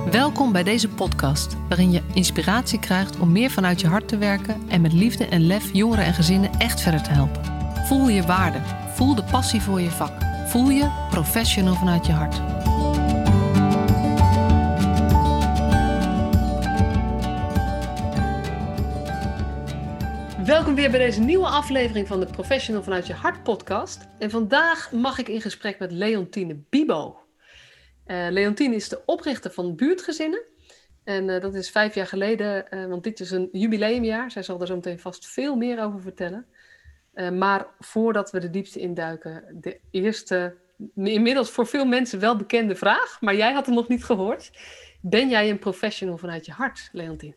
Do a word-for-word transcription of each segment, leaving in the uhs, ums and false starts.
Welkom bij deze podcast, waarin je inspiratie krijgt om meer vanuit je hart te werken en met liefde en lef jongeren en gezinnen echt verder te helpen. Voel je waarde, voel de passie voor je vak, voel je professional vanuit je hart. Welkom weer bij deze nieuwe aflevering van de Professional vanuit je hart podcast. En vandaag mag ik in gesprek met Leontine Bibo. Uh, Leontine is de oprichter van Buurtgezinnen. En uh, dat is vijf jaar geleden, uh, want dit is een jubileumjaar. Zij zal er zo meteen vast veel meer over vertellen. Uh, maar voordat we de diepte induiken, de eerste, inmiddels voor veel mensen wel bekende vraag, maar jij had hem nog niet gehoord. Ben jij een professional vanuit je hart, Leontine?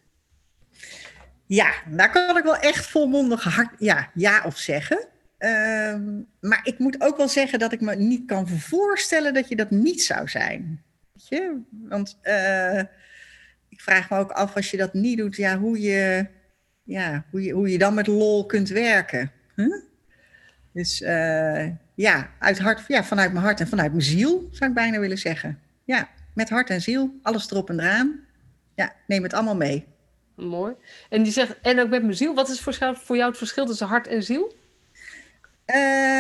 Ja, daar kan ik wel echt volmondig hard ja, ja op zeggen. Um, maar ik moet ook wel zeggen dat ik me niet kan voorstellen dat je dat niet zou zijn. Weet je? Want uh, ik vraag me ook af, als je dat niet doet, ja, hoe, je, ja, hoe, je, hoe je dan met lol kunt werken. Huh? Dus uh, ja, uit hart, ja, vanuit mijn hart en vanuit mijn ziel, zou ik bijna willen zeggen. Ja, met hart en ziel, alles erop en eraan. Ja, neem het allemaal mee. Mooi. En die zegt, en ook met mijn ziel, wat is voor jou het verschil tussen hart en ziel? Uh,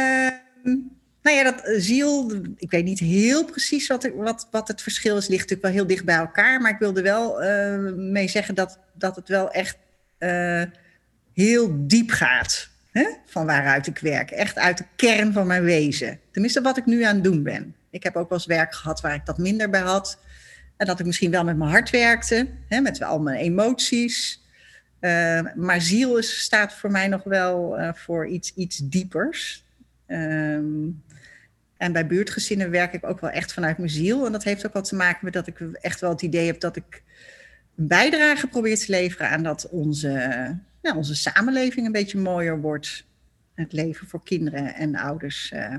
nou ja, dat ziel, ik weet niet heel precies wat, wat, wat het verschil is. Het ligt natuurlijk wel heel dicht bij elkaar. Maar ik wilde wel uh, mee zeggen dat, dat het wel echt uh, heel diep gaat. Hè? Van waaruit ik werk. Echt uit de kern van mijn wezen. Tenminste wat ik nu aan het doen ben. Ik heb ook wel eens werk gehad waar ik dat minder bij had. En dat ik misschien wel met mijn hart werkte. Hè? Met al mijn emoties. Uh, maar ziel is, staat voor mij nog wel uh, voor iets, iets diepers. Um, en bij buurtgezinnen werk ik ook wel echt vanuit mijn ziel. En dat heeft ook wel te maken met dat ik echt wel het idee heb dat ik een bijdrage probeer te leveren aan dat onze, ja, onze samenleving een beetje mooier wordt. Het leven voor kinderen en ouders uh,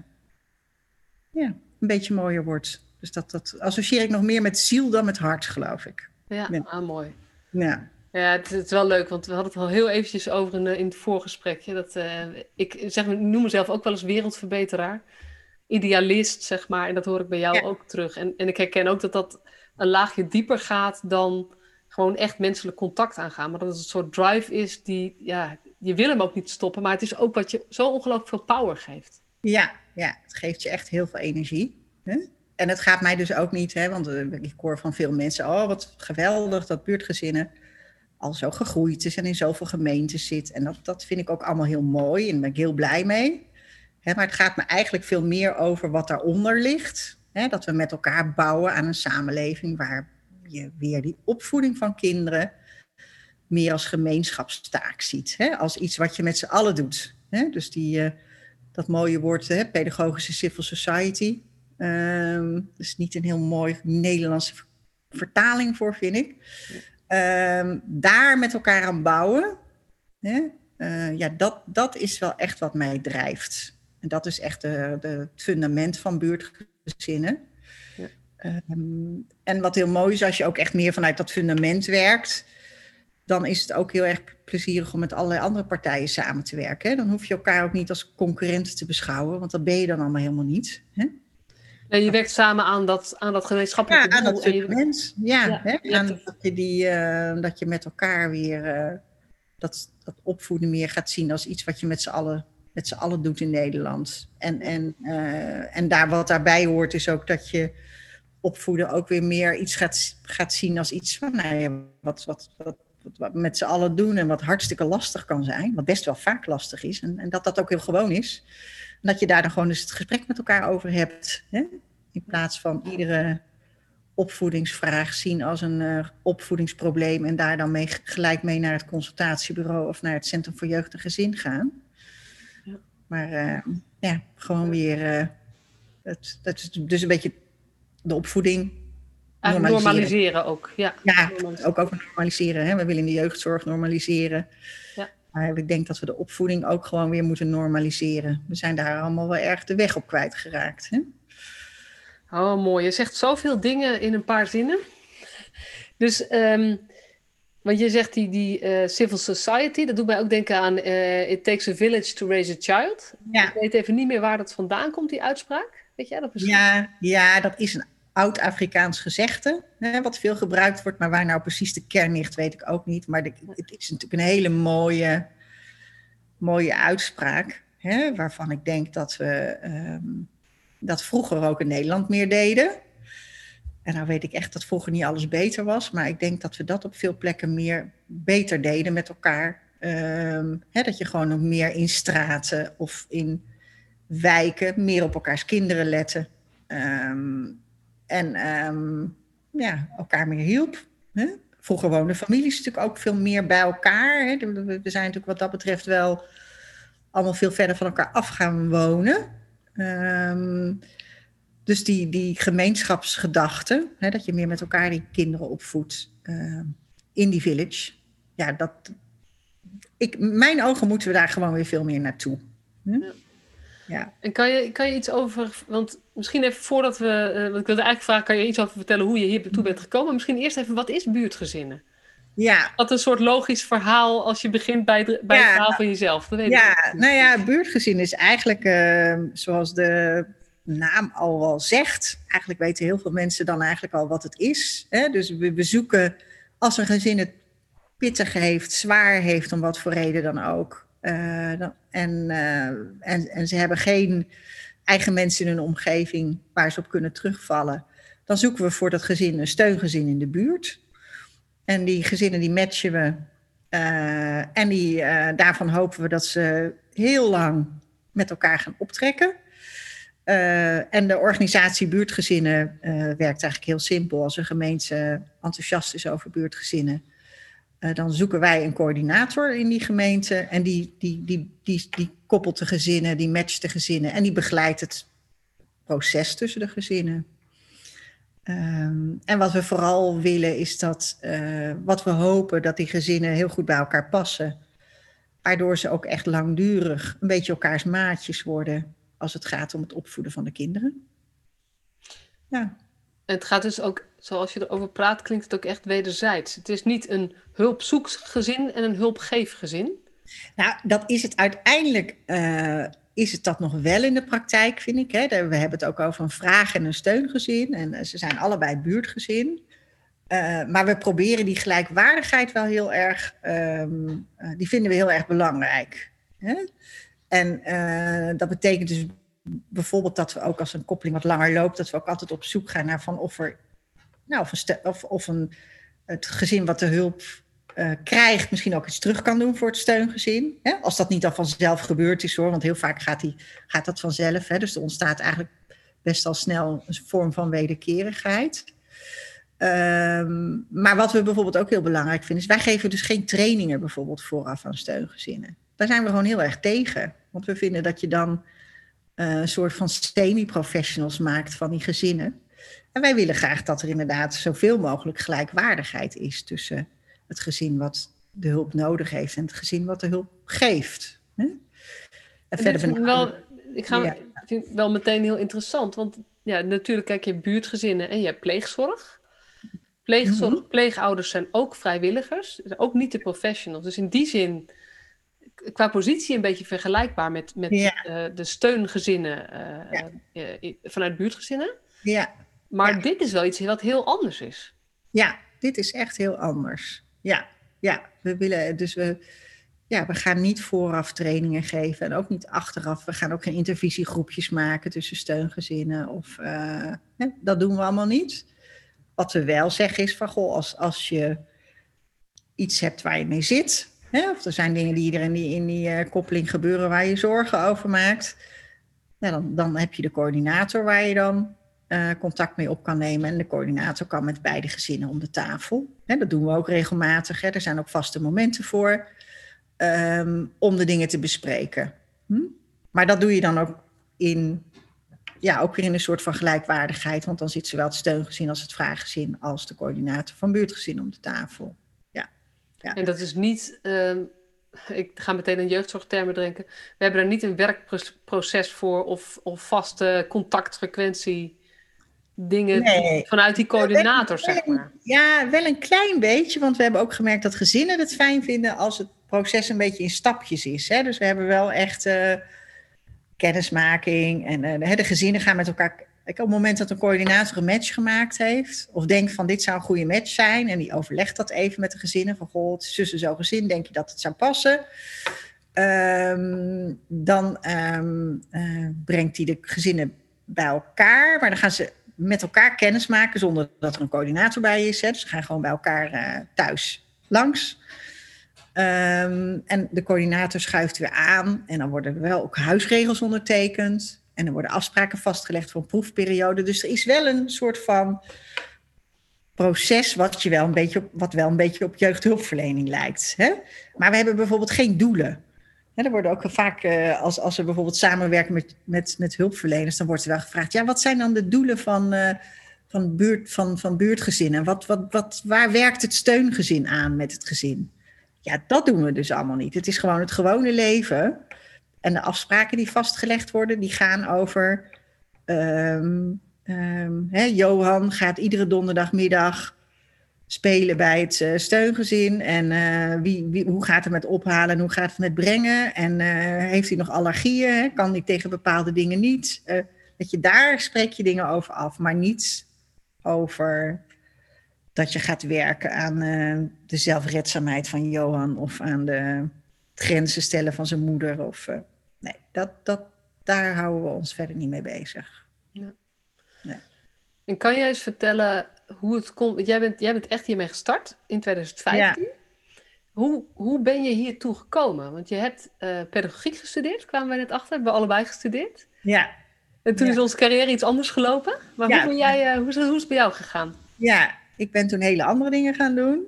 ja, een beetje mooier wordt. Dus dat, dat associeer ik nog meer met ziel dan met hart, geloof ik. Ja, ja. Ah, mooi. Ja. Ja, het, het is wel leuk, want we hadden het al heel eventjes over in, in het voorgesprekje. Dat, uh, ik zeg, noem mezelf ook wel eens wereldverbeteraar. Idealist, zeg maar. En dat hoor ik bij jou ja. ook terug. En, en ik herken ook dat dat een laagje dieper gaat dan gewoon echt menselijk contact aangaan. Maar dat het een soort drive is die, ja, je wil hem ook niet stoppen. Maar het is ook wat je zo ongelooflijk veel power geeft. Ja, ja, het geeft je echt heel veel energie. Hè? En het gaat mij dus ook niet, hè, want uh, ik hoor van veel mensen, oh wat geweldig, dat buurtgezinnen al zo gegroeid is en in zoveel gemeentes zit. En dat, dat vind ik ook allemaal heel mooi en daar ben ik heel blij mee. He, maar het gaat me eigenlijk veel meer over wat daaronder ligt. He, dat we met elkaar bouwen aan een samenleving waar je weer die opvoeding van kinderen meer als gemeenschapstaak ziet. He, als iets wat je met z'n allen doet. He, dus die, uh, dat mooie woord, he, pedagogische civil society. Um, dat is niet een heel mooi Nederlandse vertaling voor, vind ik. Uh, daar met elkaar aan bouwen, hè? Uh, ja, dat, dat is wel echt wat mij drijft. En dat is echt de, de, het fundament van buurtgezinnen. Ja. Um, en wat heel mooi is, als je ook echt meer vanuit dat fundament werkt, dan is het ook heel erg plezierig om met allerlei andere partijen samen te werken. Hè? Dan hoef je elkaar ook niet als concurrent te beschouwen, want dat ben je dan allemaal helemaal niet. Hè? Nee, je werkt samen aan dat, aan dat gemeenschappelijke ja, aan dat fundament. Je... Ja, ja, hè? Aan dat, je die, uh, dat je met elkaar weer uh, dat, dat opvoeden meer gaat zien als iets wat je met z'n allen, met z'n allen doet in Nederland. En, en, uh, en daar, wat daarbij hoort is ook dat je opvoeden ook weer meer iets gaat, gaat zien als iets van nou ja, wat, wat, wat, wat, wat we met z'n allen doen en wat hartstikke lastig kan zijn. Wat best wel vaak lastig is. En, en dat dat ook heel gewoon is. En dat je daar dan gewoon eens het gesprek met elkaar over hebt. Hè? In plaats van iedere opvoedingsvraag zien als een uh, opvoedingsprobleem en daar dan mee, gelijk mee naar het consultatiebureau of naar het Centrum voor Jeugd en Gezin gaan. Ja. Maar uh, ja, gewoon weer, uh, het, dat is dus een beetje de opvoeding normaliseren. normaliseren ook. Ja, ja ook over normaliseren. Hè? We willen de jeugdzorg normaliseren. Ja. Maar ik denk dat we de opvoeding ook gewoon weer moeten normaliseren. We zijn daar allemaal wel erg de weg op kwijtgeraakt. Hè? Oh, mooi. Je zegt zoveel dingen in een paar zinnen. Dus, um, want je zegt die, die uh, civil society, dat doet mij ook denken aan uh, It takes a village to raise a child. Ja. Ik weet even niet meer waar dat vandaan komt, die uitspraak. Weet jij dat misschien? Ja, ja, dat is een oud-Afrikaans gezegde, hè, wat veel gebruikt wordt, maar waar nou precies de kern ligt, weet ik ook niet. Maar de, het is natuurlijk een hele mooie, mooie uitspraak, hè, waarvan ik denk dat we um, dat vroeger ook in Nederland meer deden. En nou weet ik echt dat vroeger niet alles beter was, maar ik denk dat we dat op veel plekken meer beter deden met elkaar. Um, hè, dat je gewoon nog meer in straten of in wijken meer op elkaars kinderen letten. Um, en um, ja, elkaar meer hielp. Hè? Vroeger woonden families natuurlijk ook veel meer bij elkaar. Hè? We zijn natuurlijk wat dat betreft wel allemaal veel verder van elkaar af gaan wonen. Um, dus die, die gemeenschapsgedachte, hè, dat je meer met elkaar die kinderen opvoedt uh, in die village. Ja, dat, ik, mijn ogen moeten we daar gewoon weer veel meer naartoe. Hm? Ja. Ja. En kan je, kan je iets over, want misschien even voordat we, uh, want ik wilde eigenlijk vragen, kan je iets over vertellen hoe je hier naartoe bent gekomen? Misschien eerst even, wat is buurtgezinnen? Ja. Wat een soort logisch verhaal als je begint bij, de, bij ja. het verhaal van jezelf. Dat weet ja, ik. Nou ja, buurtgezin is eigenlijk, uh, zoals de naam al wel zegt, eigenlijk weten heel veel mensen dan eigenlijk al wat het is. Hè? Dus we bezoeken, als een gezin het pittig heeft, zwaar heeft, om wat voor reden dan ook. Uh, dan, en, uh, en, en ze hebben geen eigen mensen in hun omgeving waar ze op kunnen terugvallen. Dan zoeken we voor dat gezin een steungezin in de buurt. En die gezinnen die matchen we. Uh, en die, uh, daarvan hopen we dat ze heel lang met elkaar gaan optrekken. Uh, en de organisatie buurtgezinnen uh, werkt eigenlijk heel simpel. Als een gemeente enthousiast is over buurtgezinnen, Uh, dan zoeken wij een coördinator in die gemeente. En die, die, die, die, die koppelt de gezinnen, die matcht de gezinnen. En die begeleidt het proces tussen de gezinnen. Um, en wat we vooral willen is dat, uh, wat we hopen, dat die gezinnen heel goed bij elkaar passen. Waardoor ze ook echt langdurig een beetje elkaars maatjes worden als het gaat om het opvoeden van de kinderen. Ja. En het gaat dus ook, zoals je erover praat, klinkt het ook echt wederzijds. Het is niet een hulpzoekgezin en een hulpgeefgezin. Nou, dat is het uiteindelijk, uh, is het dat nog wel in de praktijk, vind ik. Hè? We hebben het ook over een vraag- en een steungezin. En uh, ze zijn allebei buurtgezin. Uh, maar we proberen die gelijkwaardigheid wel heel erg, um, uh, die vinden we heel erg belangrijk. Hè? En uh, dat betekent dus bijvoorbeeld dat we ook als een koppeling wat langer loopt, dat we ook altijd op zoek gaan naar van of er, nou, of, een ste- of, of een, het gezin wat de hulp uh, krijgt misschien ook iets terug kan doen voor het steungezin. Hè? Als dat niet al vanzelf gebeurd is hoor, want heel vaak gaat, die, gaat dat vanzelf. Hè? Dus er ontstaat eigenlijk best al snel een vorm van wederkerigheid. Um, maar wat we bijvoorbeeld ook heel belangrijk vinden, is wij geven dus geen trainingen bijvoorbeeld vooraf aan steungezinnen. Daar zijn we gewoon heel erg tegen. Want we vinden dat je dan Uh, een soort van semi-professionals maakt van die gezinnen. En wij willen graag dat er inderdaad zoveel mogelijk gelijkwaardigheid is tussen het gezin wat de hulp nodig heeft en het gezin wat de hulp geeft. Hè? En en verder vind ik, wel, ik ga, ja. vind het wel meteen heel interessant, want ja, natuurlijk kijk je buurtgezinnen en je hebt pleegzorg. Pleegzorg, mm-hmm. Pleegouders zijn ook vrijwilligers, zijn ook niet de professionals. Dus in die zin, qua positie een beetje vergelijkbaar met, met ja. uh, de steungezinnen uh, ja. uh, uh, vanuit buurtgezinnen. Ja. Maar ja. dit is wel iets wat heel anders is. Ja, dit is echt heel anders. Ja, ja. We willen dus we, ja, we gaan niet vooraf trainingen geven en ook niet achteraf. We gaan ook geen intervisiegroepjes maken tussen steungezinnen. Of, uh, hè, dat doen we allemaal niet. Wat we wel zeggen is van, goh, als, als je iets hebt waar je mee zit, hè, of er zijn dingen die er in die, in die uh, koppeling gebeuren waar je zorgen over maakt, nou, dan, dan heb je de coördinator waar je dan uh, contact mee op kan nemen. En de coördinator kan met beide gezinnen om de tafel. Hè, dat doen we ook regelmatig. Hè. Er zijn ook vaste momenten voor um, om de dingen te bespreken. Hm? Maar dat doe je dan ook in, ja, ook weer in een soort van gelijkwaardigheid. Want dan zit zowel het steungezin als het vraaggezin als de coördinator van buurtgezin om de tafel. Ja. Ja. En dat is niet, uh, ik ga meteen aan jeugdzorgtermen denken. We hebben er niet een werkproces voor of, of vaste contactfrequentie dingen nee. vanuit die coördinator, wel, zeg maar. Ja, wel een klein beetje, want we hebben ook gemerkt dat gezinnen het fijn vinden als het proces een beetje in stapjes is. Hè? Dus we hebben wel echt uh, kennismaking en uh, de gezinnen gaan met elkaar Kijk, op het moment dat een coördinator een match gemaakt heeft, of denkt van dit zou een goede match zijn, en die overlegt dat even met de gezinnen, van goh, het is zussen zo gezin, denk je dat het zou passen? Um, dan um, uh, brengt hij de gezinnen bij elkaar, maar dan gaan ze met elkaar kennis maken zonder dat er een coördinator bij is. Hè. Dus ze gaan gewoon bij elkaar uh, thuis langs. Um, en de coördinator schuift weer aan en dan worden er wel ook huisregels ondertekend. En er worden afspraken vastgelegd voor een proefperiode. Dus er is wel een soort van proces wat, je wel, een beetje op, wat wel een beetje op jeugdhulpverlening lijkt. Hè? Maar we hebben bijvoorbeeld geen doelen. Hè, er worden ook vaak, uh, als, als we bijvoorbeeld samenwerken met, met, met hulpverleners, dan wordt er wel gevraagd, ja, wat zijn dan de doelen van, uh, van, buurt, van, van buurtgezinnen? Wat, wat, wat, waar werkt het steungezin aan met het gezin? Ja, dat doen we dus allemaal niet. Het is gewoon het gewone leven. En de afspraken die vastgelegd worden, die gaan over... Um, um, hè, Johan gaat iedere donderdagmiddag spelen bij het uh, steungezin. En uh, wie, wie, hoe gaat het met ophalen en hoe gaat het met brengen? En uh, heeft hij nog allergieën? Hè? Kan hij tegen bepaalde dingen niet? Uh, dat je daar spreek je dingen over af, maar niet over dat je gaat werken aan uh, de zelfredzaamheid van Johan of aan de grenzen stellen van zijn moeder. Of, uh, nee, dat, dat, daar houden we ons verder niet mee bezig. Ja. Nee. En kan jij eens vertellen hoe het komt? Want jij bent, jij bent echt hiermee gestart in twintig vijftien. Ja. Hoe, hoe ben je hiertoe gekomen? Want je hebt uh, pedagogiek gestudeerd, kwamen wij net achter. Hebben we allebei gestudeerd. Ja. En toen ja. is onze carrière iets anders gelopen. Maar ja. hoe, ben jij, uh, hoe, is het, hoe is het bij jou gegaan? Ja, ik ben toen hele andere dingen gaan doen.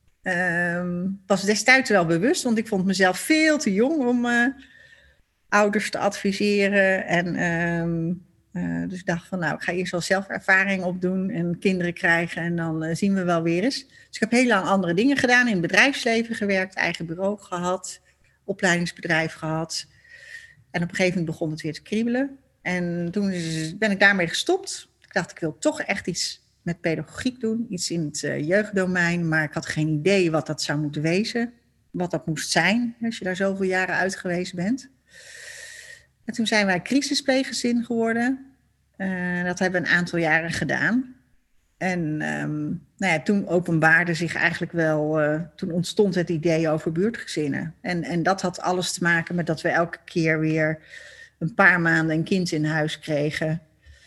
Um, was destijds wel bewust, want ik vond mezelf veel te jong om uh, ouders te adviseren. En um, uh, dus ik dacht van, nou, ik ga eerst wel zelf ervaring opdoen en kinderen krijgen en dan uh, zien we wel weer eens. Dus ik heb heel lang andere dingen gedaan, in het bedrijfsleven gewerkt, eigen bureau gehad, opleidingsbedrijf gehad. En op een gegeven moment begon het weer te kriebelen. En toen ben ik daarmee gestopt. Ik dacht, ik wil toch echt iets met pedagogiek doen, iets in het uh, jeugddomein, maar ik had geen idee wat dat zou moeten wezen, wat dat moest zijn, als je daar zoveel jaren uit geweest bent. En toen zijn wij crisispleeggezin geworden. Uh, dat hebben we een aantal jaren gedaan. En um, nou ja, toen openbaarde zich eigenlijk wel, uh, toen ontstond het idee over buurtgezinnen. En, en dat had alles te maken met dat we elke keer weer een paar maanden een kind in huis kregen.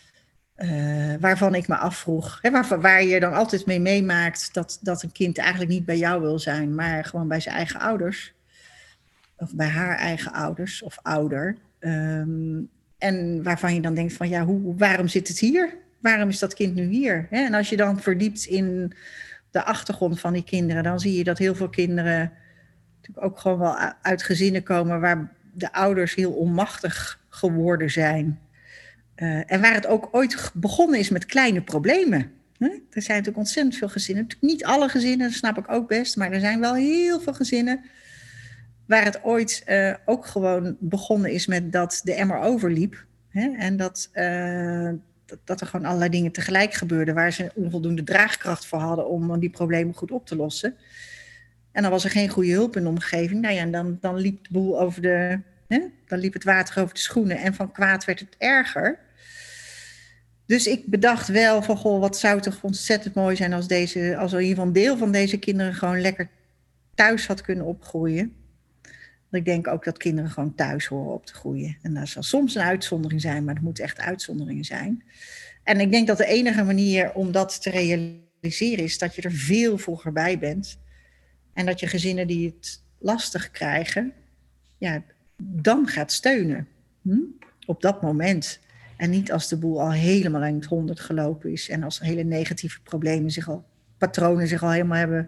Uh, waarvan ik me afvroeg, hè, waar, waar je dan altijd mee meemaakt dat, dat een kind eigenlijk niet bij jou wil zijn, maar gewoon bij zijn eigen ouders. Of bij haar eigen ouders of ouder. Um, en waarvan je dan denkt van ja, hoe, waarom zit het hier? Waarom is dat kind nu hier? Hè? En als je dan verdiept in de achtergrond van die kinderen, dan zie je dat heel veel kinderen natuurlijk ook gewoon wel uit gezinnen komen waar de ouders heel onmachtig geworden zijn. Uh, en waar het ook ooit begonnen is met kleine problemen. Hè? Er zijn natuurlijk ontzettend veel gezinnen. Natuurlijk niet alle gezinnen, dat snap ik ook best. Maar er zijn wel heel veel gezinnen waar het ooit uh, ook gewoon begonnen is met dat de emmer overliep. Hè? En dat, uh, dat, dat er gewoon allerlei dingen tegelijk gebeurden waar ze onvoldoende draagkracht voor hadden om die problemen goed op te lossen. En dan was er geen goede hulp in de omgeving. Nou ja, en dan, dan liep de boel over de... Hè? Dan liep het water over de schoenen en van kwaad werd het erger. Dus ik bedacht wel van, goh, wat zou toch ontzettend mooi zijn als, deze, als er in ieder geval een deel van deze kinderen gewoon lekker thuis had kunnen opgroeien. Want ik denk ook dat kinderen gewoon thuis horen op te groeien. En dat zal soms een uitzondering zijn, maar het moet echt uitzonderingen zijn. En ik denk dat de enige manier om dat te realiseren is dat je er veel vroeger bij bent. En dat je gezinnen die het lastig krijgen, ja, dan gaat steunen. Hm? Op dat moment. En niet als de boel al helemaal in het honderd gelopen is. En als hele negatieve problemen zich al, patronen zich al helemaal hebben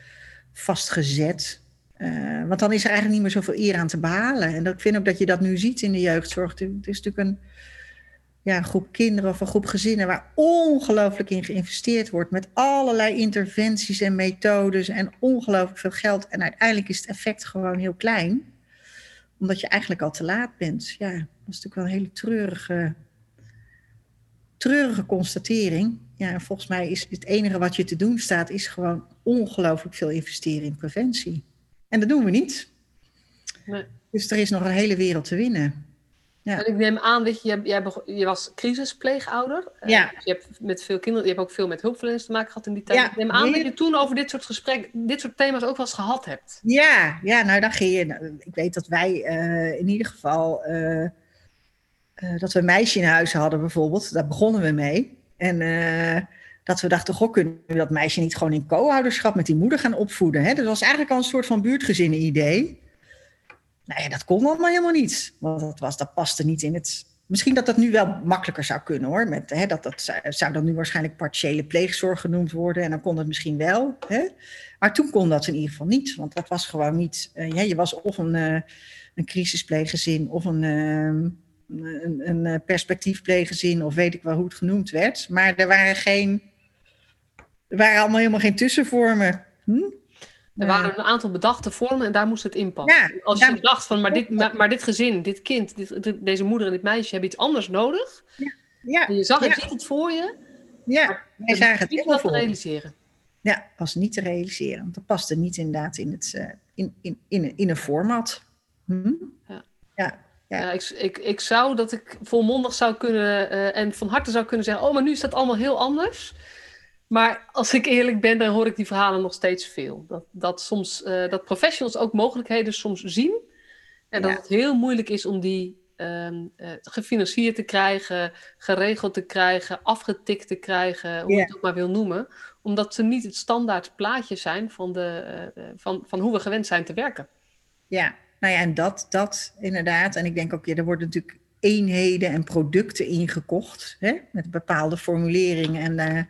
vastgezet. Uh, want dan is er eigenlijk niet meer zoveel eer aan te behalen. En dat, ik vind ook dat je dat nu ziet in de jeugdzorg. Het is natuurlijk een, ja, een groep kinderen of een groep gezinnen waar ongelooflijk in geïnvesteerd wordt. Met allerlei interventies en methodes en ongelooflijk veel geld. En uiteindelijk is het effect gewoon heel klein. Omdat je eigenlijk al te laat bent. Ja, dat is natuurlijk wel een hele treurige, treurige constatering. Ja, en volgens mij is het enige wat je te doen staat, is gewoon ongelooflijk veel investeren in preventie. En dat doen we niet. Nee. Dus er is nog een hele wereld te winnen. Ja. En ik neem aan, weet je, jij, jij begon, je was crisispleegouder. Uh, Ja. dus je hebt met veel kinderen, je hebt ook veel met hulpverleners te maken gehad in die tijd. Ja, Ik neem aan heel... dat je toen over dit soort gesprekken, dit soort thema's ook wel eens gehad hebt. Ja, ja, nou dan ging je. Nou, ik weet dat wij uh, in ieder geval uh, uh, dat we een meisje in huis hadden bijvoorbeeld. Daar begonnen we mee. En uh, dat we dachten, goh, kunnen we dat meisje niet gewoon in co-ouderschap met die moeder gaan opvoeden? Hè? Dat was eigenlijk al een soort van buurtgezinnen idee. Nou ja, dat kon allemaal helemaal niet. Want dat, was, dat paste niet in het... Misschien dat dat nu wel makkelijker zou kunnen, hoor. Met, hè, dat, dat zou, zou dan nu waarschijnlijk partiële pleegzorg genoemd worden. En dan kon het misschien wel. Hè? Maar toen kon dat in ieder geval niet. Want dat was gewoon niet... Uh, ja, je was of een, uh, een crisispleeggezin... of een, uh, een, een perspectiefpleeggezin... of weet ik wel hoe het genoemd werd. Maar er waren geen... Er waren allemaal helemaal geen tussenvormen. Hm? Er waren een aantal bedachte vormen en daar moest het in passen. Ja, Als je dacht van, maar dit, maar, maar dit gezin, dit kind, dit, dit, deze moeder en dit meisje hebben iets anders nodig. Ja, ja, en je zag, ja. je ziet het voor je. Ja, wij zagen het niet heel te voor. realiseren. Ja, was niet te realiseren. Want dat paste niet inderdaad in, het, uh, in, in, in, in een format. Hm? Ja. Ja. Ja. Ja, ik, ik, ik zou dat ik volmondig zou kunnen uh, en van harte zou kunnen zeggen, oh, maar nu is dat allemaal heel anders. Maar als ik eerlijk ben, dan hoor ik die verhalen nog steeds veel. Dat, dat, soms, uh, dat professionals ook mogelijkheden soms zien. En ja. dat het heel moeilijk is om die um, uh, gefinancierd te krijgen, geregeld te krijgen, afgetikt te krijgen, hoe ja. je het ook maar wil noemen. Omdat ze niet het standaard plaatje zijn van, de, uh, van, van hoe we gewend zijn te werken. Ja, nou ja, en dat, dat inderdaad. En ik denk ook, ja, er worden natuurlijk eenheden en producten ingekocht, hè, met bepaalde formuleringen en... Uh,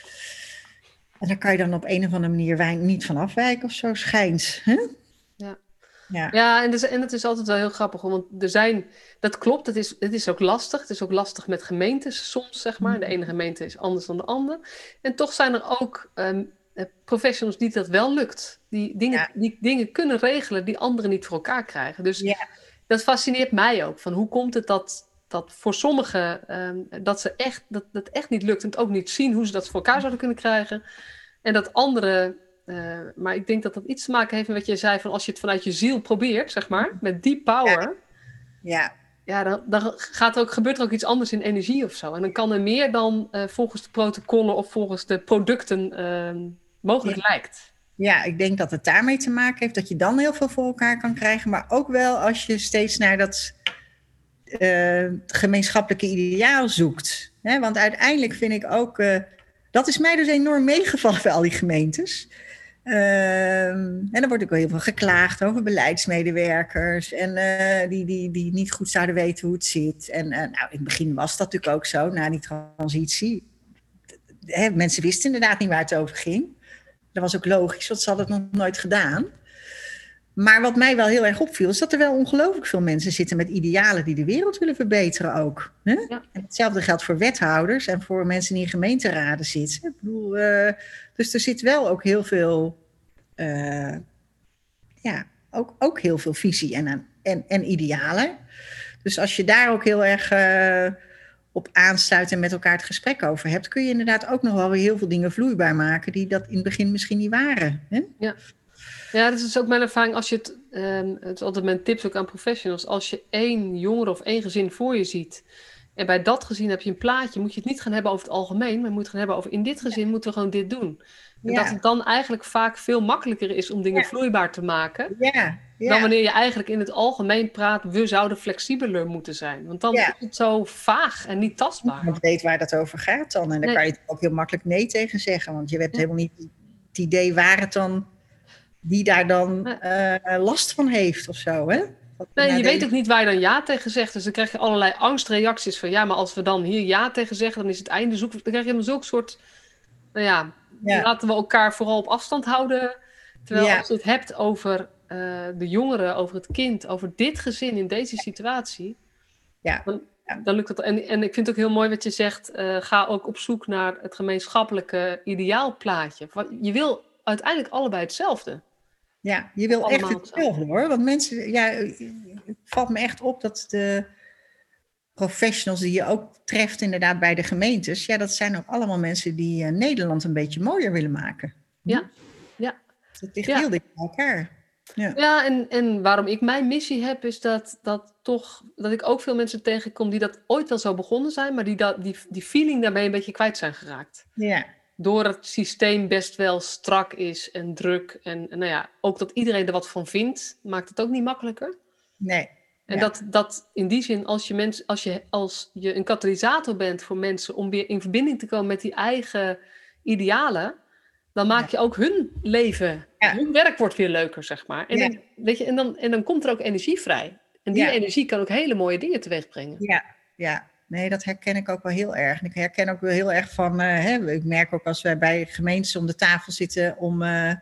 En daar kan je dan op een of andere manier niet van afwijken of zo, schijnt. Huh? Ja, ja. ja en, dus, en het is altijd wel heel grappig, want er zijn, dat klopt, het is, het is ook lastig. Het is ook lastig met gemeentes soms, zeg maar. De ene gemeente is anders dan de andere. En toch zijn er ook um, professionals die dat wel lukt. Die dingen, ja. die dingen kunnen regelen die anderen niet voor elkaar krijgen. Dus ja. dat fascineert mij ook. Van hoe komt het dat... dat voor sommigen um, dat ze echt, dat, dat echt niet lukt en het ook niet zien hoe ze dat voor elkaar zouden kunnen krijgen. En dat anderen, uh, maar ik denk dat dat iets te maken heeft met wat je zei, van als je het vanuit je ziel probeert, zeg maar, met die power, ja, ja. ja dan, dan gaat er ook, gebeurt er ook iets anders in energie of zo. En dan kan er meer dan uh, volgens de protocollen of volgens de producten uh, mogelijk ja. lijkt. Ja, ik denk dat het daarmee te maken heeft, dat je dan heel veel voor elkaar kan krijgen, maar ook wel als je steeds naar dat... Uh, gemeenschappelijke ideaal zoekt. Hè? Want uiteindelijk vind ik ook... Uh, dat is mij dus enorm meegevallen bij al die gemeentes. Uh, en dan wordt ook wel heel veel geklaagd over beleidsmedewerkers... en uh, die, die, die niet goed zouden weten hoe het zit. En uh, nou, in het begin was dat natuurlijk ook zo, na die transitie. Hè, mensen wisten inderdaad niet waar het over ging. Dat was ook logisch, want ze hadden het nog nooit gedaan... Maar wat mij wel heel erg opviel, is dat er wel ongelooflijk veel mensen zitten met idealen die de wereld willen verbeteren ook. Hè? Ja. En hetzelfde geldt voor wethouders en voor mensen die in gemeenteraden zitten. Ik bedoel, uh, dus er zit wel ook heel veel, uh, ja, ook, ook heel veel visie en, en, en idealen. Dus als je daar ook heel erg uh, op aansluit en met elkaar het gesprek over hebt, kun je inderdaad ook nog wel weer heel veel dingen vloeibaar maken die dat in het begin misschien niet waren. Hè? Ja. Ja, dat is ook mijn ervaring. Als je het, um, het is altijd mijn tips ook aan professionals. Als je één jongere of één gezin voor je ziet. En bij dat gezin heb je een plaatje. Moet je het niet gaan hebben over het algemeen. Maar je moet het gaan hebben over in dit gezin moeten we gewoon dit doen. En ja. dat het dan eigenlijk vaak veel makkelijker is om dingen ja. vloeibaar te maken. Ja. Ja. Dan wanneer je eigenlijk in het algemeen praat. We zouden flexibeler moeten zijn. Want dan ja. is het zo vaag en niet tastbaar. Niemand weet waar dat over gaat dan. En dan nee. kan je het ook heel makkelijk nee tegen zeggen. Want je hebt ja. helemaal niet het idee waar het dan... die daar dan uh, last van heeft of zo, hè? Nee, je weet ook niet waar je dan ja tegen zegt. Dus dan krijg je allerlei angstreacties van... ja, maar als we dan hier ja tegen zeggen... dan is het einde zoek. Dan krijg je dan zulke soort... nou ja, ja, laten we elkaar vooral op afstand houden. Terwijl ja. als je het hebt over uh, de jongeren... over het kind, over dit gezin in deze situatie... ja. Dan, dan lukt het. En, en ik vind het ook heel mooi wat je zegt... Uh, ga ook op zoek naar het gemeenschappelijke ideaalplaatje. Je wil uiteindelijk allebei hetzelfde. Ja, je wil echt hetzelfde hoor. Want mensen, ja, het valt me echt op dat de professionals die je ook treft inderdaad bij de gemeentes, ja, dat zijn ook allemaal mensen die uh, Nederland een beetje mooier willen maken. Ja, ja. Dat ligt ja. heel dicht bij elkaar. Ja. Ja, en, en waarom ik mijn missie heb, is dat, dat toch dat ik ook veel mensen tegenkom die dat ooit wel zo begonnen zijn, maar die dat, die, die feeling daarmee een beetje kwijt zijn geraakt. Ja. Door het systeem best wel strak is en druk. En, en nou ja, ook dat iedereen er wat van vindt, maakt het ook niet makkelijker. Nee. En Ja. dat, dat in die zin, als je, mens, als, je, als je een katalysator bent voor mensen om weer in verbinding te komen met die eigen idealen, dan maak je ook hun leven, Ja. hun werk wordt weer leuker, zeg maar. En, Ja. dan, weet je, en, dan, en dan komt er ook energie vrij. En die Ja. energie kan ook hele mooie dingen teweeg brengen. Ja, ja. Nee, dat herken ik ook wel heel erg. En ik herken ook wel heel erg van, uh, hè, ik merk ook als wij bij gemeentes om de tafel zitten om, uh, hè,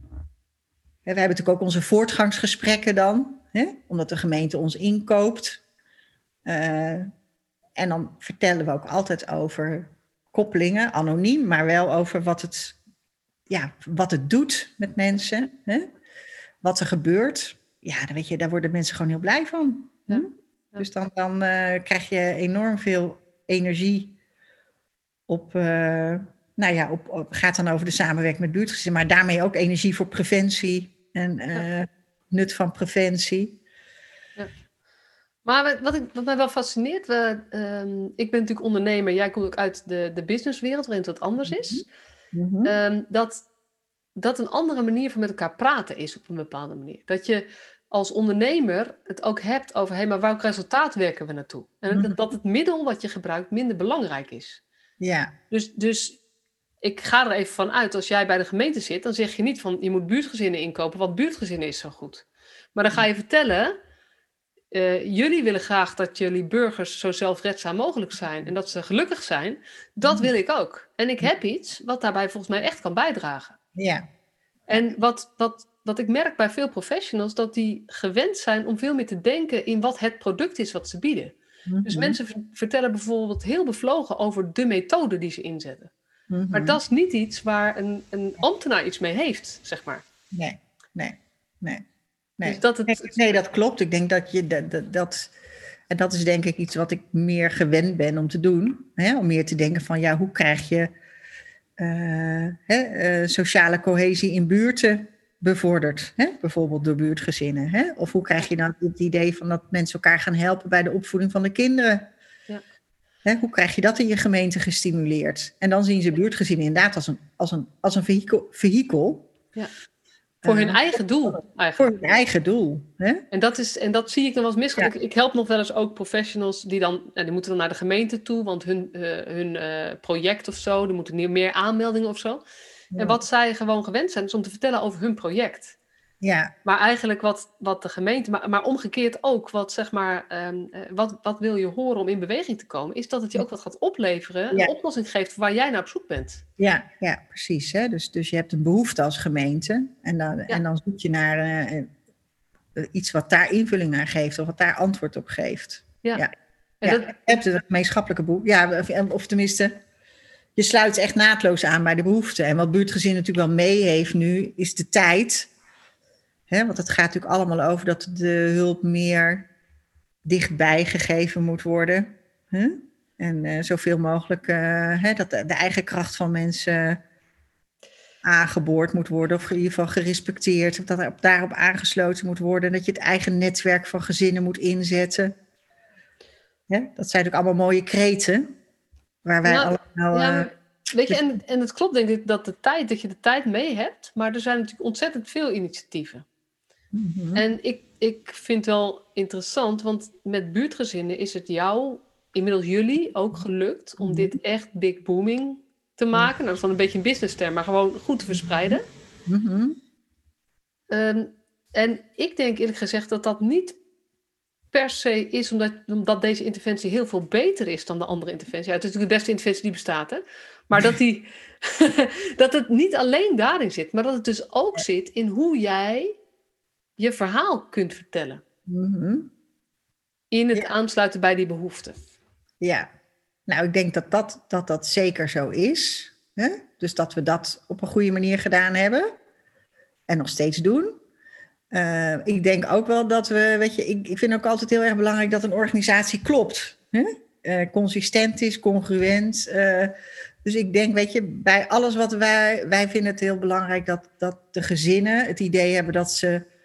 we hebben natuurlijk ook onze voortgangsgesprekken dan, hè, omdat de gemeente ons inkoopt. Uh, en dan vertellen we ook altijd over koppelingen, anoniem, maar wel over wat het, ja, wat het doet met mensen, hè, wat er gebeurt. Ja, dan weet je, daar worden mensen gewoon heel blij van. Hm? Ja. Dus dan, dan uh, krijg je enorm veel energie op, uh, nou ja, op, op, gaat dan over de samenwerking met buurtgezinnen, maar daarmee ook energie voor preventie en uh, ja. nut van preventie. Ja. Maar wat, ik, wat mij wel fascineert, we, um, ik ben natuurlijk ondernemer, jij komt ook uit de, de businesswereld waarin het wat anders is, Mm-hmm. um, dat, dat een andere manier van met elkaar praten is op een bepaalde manier. Dat je als ondernemer het ook hebt over, hé, hey, maar welk resultaat werken we naartoe? En mm-hmm. dat, dat het middel wat je gebruikt minder belangrijk is. Ja. Dus, dus ik ga er even van uit, als jij bij de gemeente zit, dan zeg je niet van, je moet buurtgezinnen inkopen, want buurtgezinnen is zo goed. Maar dan ga je vertellen, uh, jullie willen graag dat jullie burgers zo zelfredzaam mogelijk zijn en dat ze gelukkig zijn. Dat wil ik ook. En ik heb iets wat daarbij volgens mij echt kan bijdragen. Ja. En wat, wat, wat ik merk bij veel professionals, dat die gewend zijn om veel meer te denken in wat het product is wat ze bieden. Mm-hmm. Dus mensen v- vertellen bijvoorbeeld heel bevlogen over de methode die ze inzetten. Mm-hmm. Maar dat is niet iets waar een, een ambtenaar iets mee heeft, zeg maar. Nee, nee, nee. Nee. Dus dat het... nee, nee, dat klopt. Ik denk dat je dat, dat, dat... En dat is denk ik iets wat ik meer gewend ben om te doen. Hè? Om meer te denken van, ja, hoe krijg je uh, hè, uh, sociale cohesie in buurten bevorderd? Hè? Bijvoorbeeld door buurtgezinnen. Hè? Of hoe krijg je dan het idee van dat mensen elkaar gaan helpen bij de opvoeding van de kinderen? Ja. Hè? Hoe krijg je dat in je gemeente gestimuleerd? En dan zien ze buurtgezinnen inderdaad als een, als een, als een vehikel. vehikel. Ja. Voor hun eigen doel, eigenlijk. Voor hun eigen doel. Hè? En, dat is, en dat zie ik dan wel eens misgaan. Ja. Ik, ik help nog wel eens ook professionals die dan... Nou, die moeten dan naar de gemeente toe, want hun, uh, hun uh, project of zo... die moeten meer aanmeldingen of zo. Ja. En wat zij gewoon gewend zijn, is om te vertellen over hun project. Ja. Maar eigenlijk wat, wat de gemeente... Maar, maar omgekeerd ook, wat, zeg maar, um, uh, wat, wat wil je horen om in beweging te komen... is dat het je ook wat gaat opleveren... Ja. Een oplossing geeft waar jij naar op zoek bent. Ja, ja precies. Hè? Dus, dus je hebt een behoefte als gemeente... en dan, ja. en dan zoek je naar uh, uh, iets wat daar invulling aan geeft... of wat daar antwoord op geeft. Ja. Ja. En ja. dat... Je hebt een gemeenschappelijke behoefte. Ja, of, of tenminste... je sluit echt naadloos aan bij de behoefte. En wat buurtgezin natuurlijk wel mee heeft nu... is de tijd... He, want het gaat natuurlijk allemaal over dat de hulp meer dichtbij gegeven moet worden. He? En uh, zoveel mogelijk uh, he, dat de, de eigen kracht van mensen aangeboord moet worden. Of in ieder geval gerespecteerd. Of dat er daarop aangesloten moet worden. Dat je het eigen netwerk van gezinnen moet inzetten. He? Dat zijn natuurlijk allemaal mooie kreten. Waar wij nou, allemaal... Ja, uh, weet je, en, en het klopt denk ik dat, de tijd, dat je de tijd mee hebt. Maar er zijn natuurlijk ontzettend veel initiatieven. Mm-hmm. En ik, ik vind wel interessant, want met buurtgezinnen is het jou, inmiddels jullie, ook gelukt om mm-hmm. dit echt big booming te maken. Nou, dat is dan een beetje een business term, maar gewoon goed te verspreiden. Mm-hmm. Um, en ik denk eerlijk gezegd dat dat niet per se is omdat, omdat deze interventie heel veel beter is dan de andere interventie. Ja, het is natuurlijk de beste interventie die bestaat, hè? Maar dat, die, dat het niet alleen daarin zit, maar dat het dus ook zit in hoe jij je verhaal kunt vertellen. Mm-hmm. In het ja. aansluiten bij die behoeften. Ja, nou ik denk dat dat, dat, dat zeker zo is. Hè? Dus dat we dat op een goede manier gedaan hebben. En nog steeds doen. Uh, ik denk ook wel dat we, weet je, ik, ik vind ook altijd heel erg belangrijk dat een organisatie klopt. Hè? Uh, consistent is, congruent. Uh, dus ik denk, weet je, bij alles wat wij, wij vinden het heel belangrijk dat, dat de gezinnen het idee hebben dat ze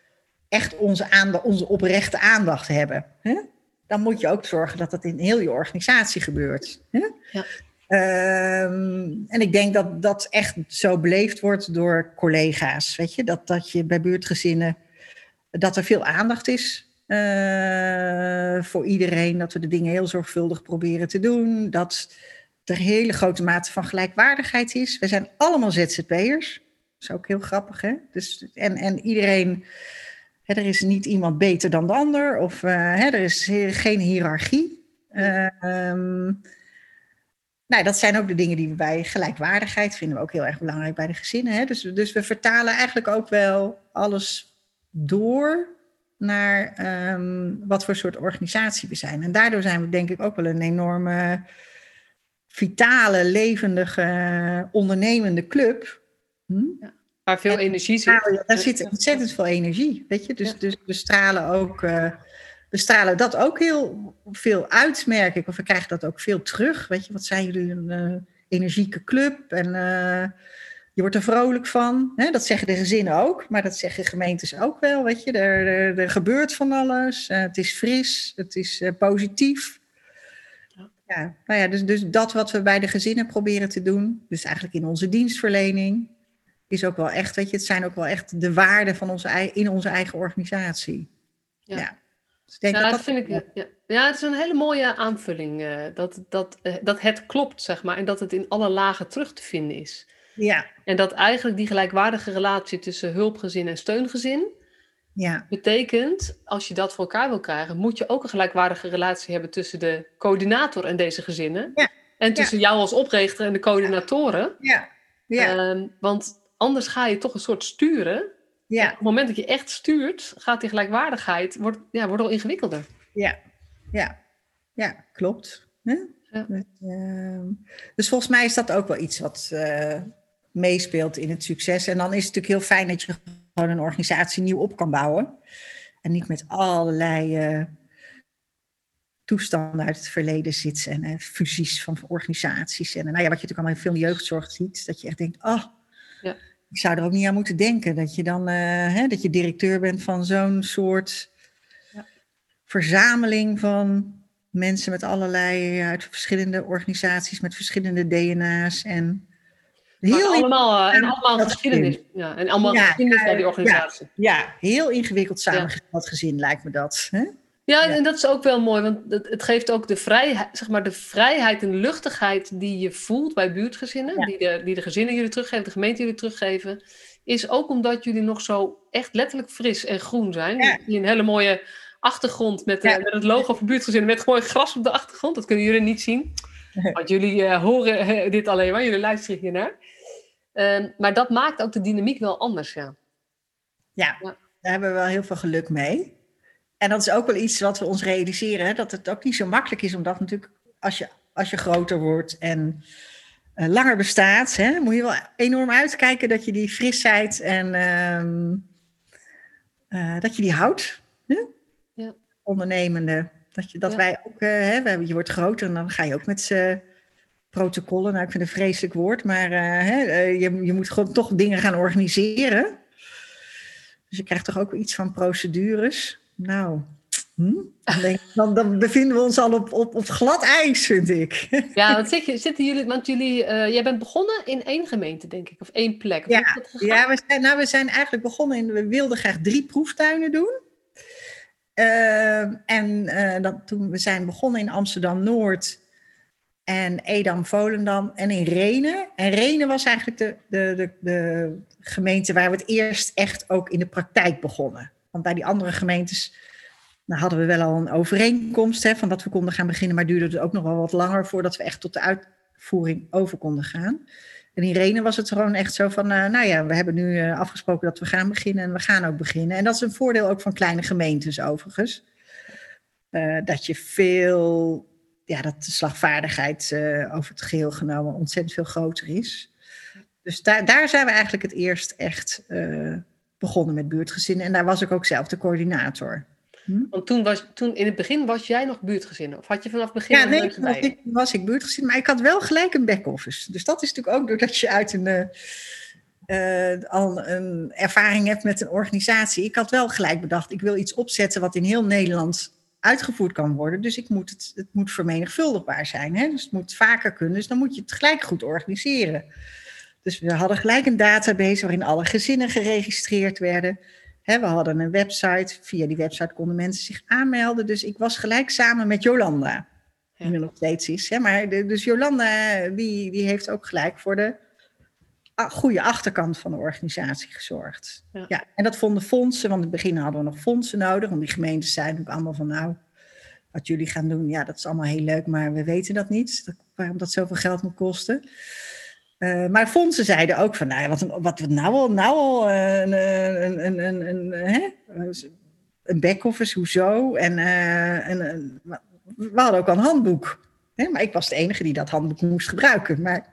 echt onze, aandacht, onze oprechte aandacht hebben. Hè? Dan moet je ook zorgen dat dat in heel je organisatie gebeurt. Hè? Ja. Um, en ik denk dat dat echt zo beleefd wordt door collega's. Weet je? Dat, dat je bij buurtgezinnen, dat er veel aandacht is uh, voor iedereen. Dat we de dingen heel zorgvuldig proberen te doen. Dat er een hele grote mate van gelijkwaardigheid is. We zijn allemaal Z Z P'ers. Dat is ook heel grappig, hè? Dus, en, en iedereen, hè, er is niet iemand beter dan de ander. Of uh, hè, er is geen hiërarchie. Uh, um, nou, dat zijn ook de dingen die we bij gelijkwaardigheid vinden we ook heel erg belangrijk bij de gezinnen. Hè? Dus, dus we vertalen eigenlijk ook wel alles door naar um, wat voor soort organisatie we zijn. En daardoor zijn we denk ik ook wel een enorme vitale, levendige, ondernemende club. Hm? Ja, waar veel en, energie zit. Nou, daar zit ontzettend veel energie, weet je. Dus, ja. dus we stralen ook, uh, we stralen dat ook heel veel uit, merk ik. Of we krijgen dat ook veel terug. Weet je, wat zijn jullie een uh, energieke club? En uh, je wordt er vrolijk van. Hè? Dat zeggen de gezinnen ook, maar dat zeggen gemeentes ook wel. Weet je, er, er, er gebeurt van alles. Uh, het is fris, het is uh, positief. Ja, nou ja, dus, dus dat wat we bij de gezinnen proberen te doen, dus eigenlijk in onze dienstverlening, is ook wel echt, weet je, het zijn ook wel echt de waarden van onze, in onze eigen organisatie. Ja, ja. Dus ik denk ja dat, dat, dat vind ik. Ja. ja, het is een hele mooie aanvulling. Uh, dat, dat, uh, dat het klopt, zeg maar, en dat het in alle lagen terug te vinden is. Ja. En dat eigenlijk die gelijkwaardige relatie tussen hulpgezin en steungezin, ja. betekent, als je dat voor elkaar wil krijgen, moet je ook een gelijkwaardige relatie hebben tussen de coördinator en deze gezinnen. Ja. En tussen ja. jou als oprichter en de coördinatoren. Ja. Ja. Uh, want anders ga je toch een soort sturen. Ja. En op het moment dat je echt stuurt, gaat die gelijkwaardigheid wordt, ja, wordt al ingewikkelder. Ja, ja. Ja, klopt. Huh? Ja. Dus, uh, dus volgens mij is dat ook wel iets wat uh, meespeelt in het succes. En dan is het natuurlijk heel fijn dat je gewoon een organisatie nieuw op kan bouwen. En niet met allerlei uh, toestanden uit het verleden zit. En uh, fusies van organisaties. En uh, nou ja, wat je natuurlijk allemaal in veel jeugdzorg ziet. Dat je echt denkt, oh, ja. ik zou er ook niet aan moeten denken. Dat je dan, uh, hè, dat je directeur bent van zo'n soort ja. verzameling van mensen met allerlei, uit verschillende organisaties, met verschillende D N A's en heel allemaal, uh, en allemaal geschiedenis. Ja, en allemaal ja, geschiedenis bij die organisatie. Ja, ja, heel ingewikkeld samengesteld ja. gezin lijkt me dat. Hè? Ja, ja, en dat is ook wel mooi, want het, het geeft ook de vrijheid, zeg maar de vrijheid en luchtigheid die je voelt bij buurtgezinnen, ja. die, de, die de gezinnen jullie teruggeven, de gemeente jullie teruggeven, is ook omdat jullie nog zo echt letterlijk fris en groen zijn. Ja. Die een hele mooie achtergrond met, ja. uh, met het logo van buurtgezinnen, met gewoon gras op de achtergrond. Dat kunnen jullie niet zien, want jullie uh, horen uh, dit alleen maar, jullie luisteren hiernaar. Uh, maar dat maakt ook de dynamiek wel anders, ja. Ja, ja. Daar hebben we wel heel veel geluk mee. En dat is ook wel iets wat we ons realiseren, hè, dat het ook niet zo makkelijk is, omdat natuurlijk als je, als je groter wordt en uh, langer bestaat, hè, moet je wel enorm uitkijken dat je die frisheid en uh, uh, dat je die houdt. Hè? Ja. Ondernemende. Dat, je, dat ja. wij ook, uh, hè, je wordt groter en dan ga je ook met z'n protocollen. Nou, ik vind het een vreselijk woord, maar uh, hè, uh, je, je moet gewoon toch dingen gaan organiseren. Dus je krijgt toch ook iets van procedures. Nou, hm? dan, denk, dan, dan bevinden we ons al op, op, op glad ijs, vind ik. Ja, want zit je, zitten jullie, want jullie, uh, jij bent begonnen in één gemeente, denk ik, of één plek. Of ja, ja we, zijn, nou, we zijn eigenlijk begonnen in, we wilden graag drie proeftuinen doen. Uh, en uh, dat, toen we zijn begonnen in Amsterdam-Noord en Edam-Volendam en in Rhenen. En Rhenen was eigenlijk de, de, de, de gemeente waar we het eerst echt ook in de praktijk begonnen. Want bij die andere gemeentes nou, hadden we wel al een overeenkomst hè, van dat we konden gaan beginnen, maar duurde het ook nog wel wat langer voordat we echt tot de uitvoering over konden gaan. En in Rhenen was het gewoon echt zo van, uh, nou ja, we hebben nu uh, afgesproken dat we gaan beginnen en we gaan ook beginnen. En dat is een voordeel ook van kleine gemeentes overigens. Uh, dat je veel, ja, dat de slagvaardigheid uh, over het geheel genomen ontzettend veel groter is. Dus daar, daar zijn we eigenlijk het eerst echt uh, begonnen met buurtgezinnen. En daar was ik ook zelf de coördinator. Hm? Want toen, was, toen in het begin was jij nog buurtgezin? Of had je vanaf het begin ja, nee, was ik, was ik buurtgezin. Maar ik had wel gelijk een back-office. Dus dat is natuurlijk ook doordat je uit een, uh, al een ervaring hebt met een organisatie. Ik had wel gelijk bedacht, ik wil iets opzetten wat in heel Nederland uitgevoerd kan worden. Dus ik moet het, het moet vermenigvuldigbaar zijn. Hè? Dus het moet vaker kunnen. Dus dan moet je het gelijk goed organiseren. Dus we hadden gelijk een database waarin alle gezinnen geregistreerd werden. He, we hadden een website. Via die website konden mensen zich aanmelden. Dus ik was gelijk samen met Jolanda. Die ja. er nog steeds is. Hè? Maar de, dus Jolanda die, die heeft ook gelijk voor de goede achterkant van de organisatie gezorgd. Ja. Ja, en dat vonden fondsen. Want in het begin hadden we nog fondsen nodig. Want die gemeentes zeiden ook allemaal van nou, wat jullie gaan doen, ja, dat is allemaal heel leuk. Maar we weten dat niet. Dat, waarom dat zoveel geld moet kosten. Uh, maar fondsen zeiden ook van, nou, wat, wat we nou al, nou al uh, een, een, een, een, een, hè? een back-office, hoezo? En uh, een, we hadden ook al een handboek. Hè? Maar ik was de enige die dat handboek moest gebruiken. Maar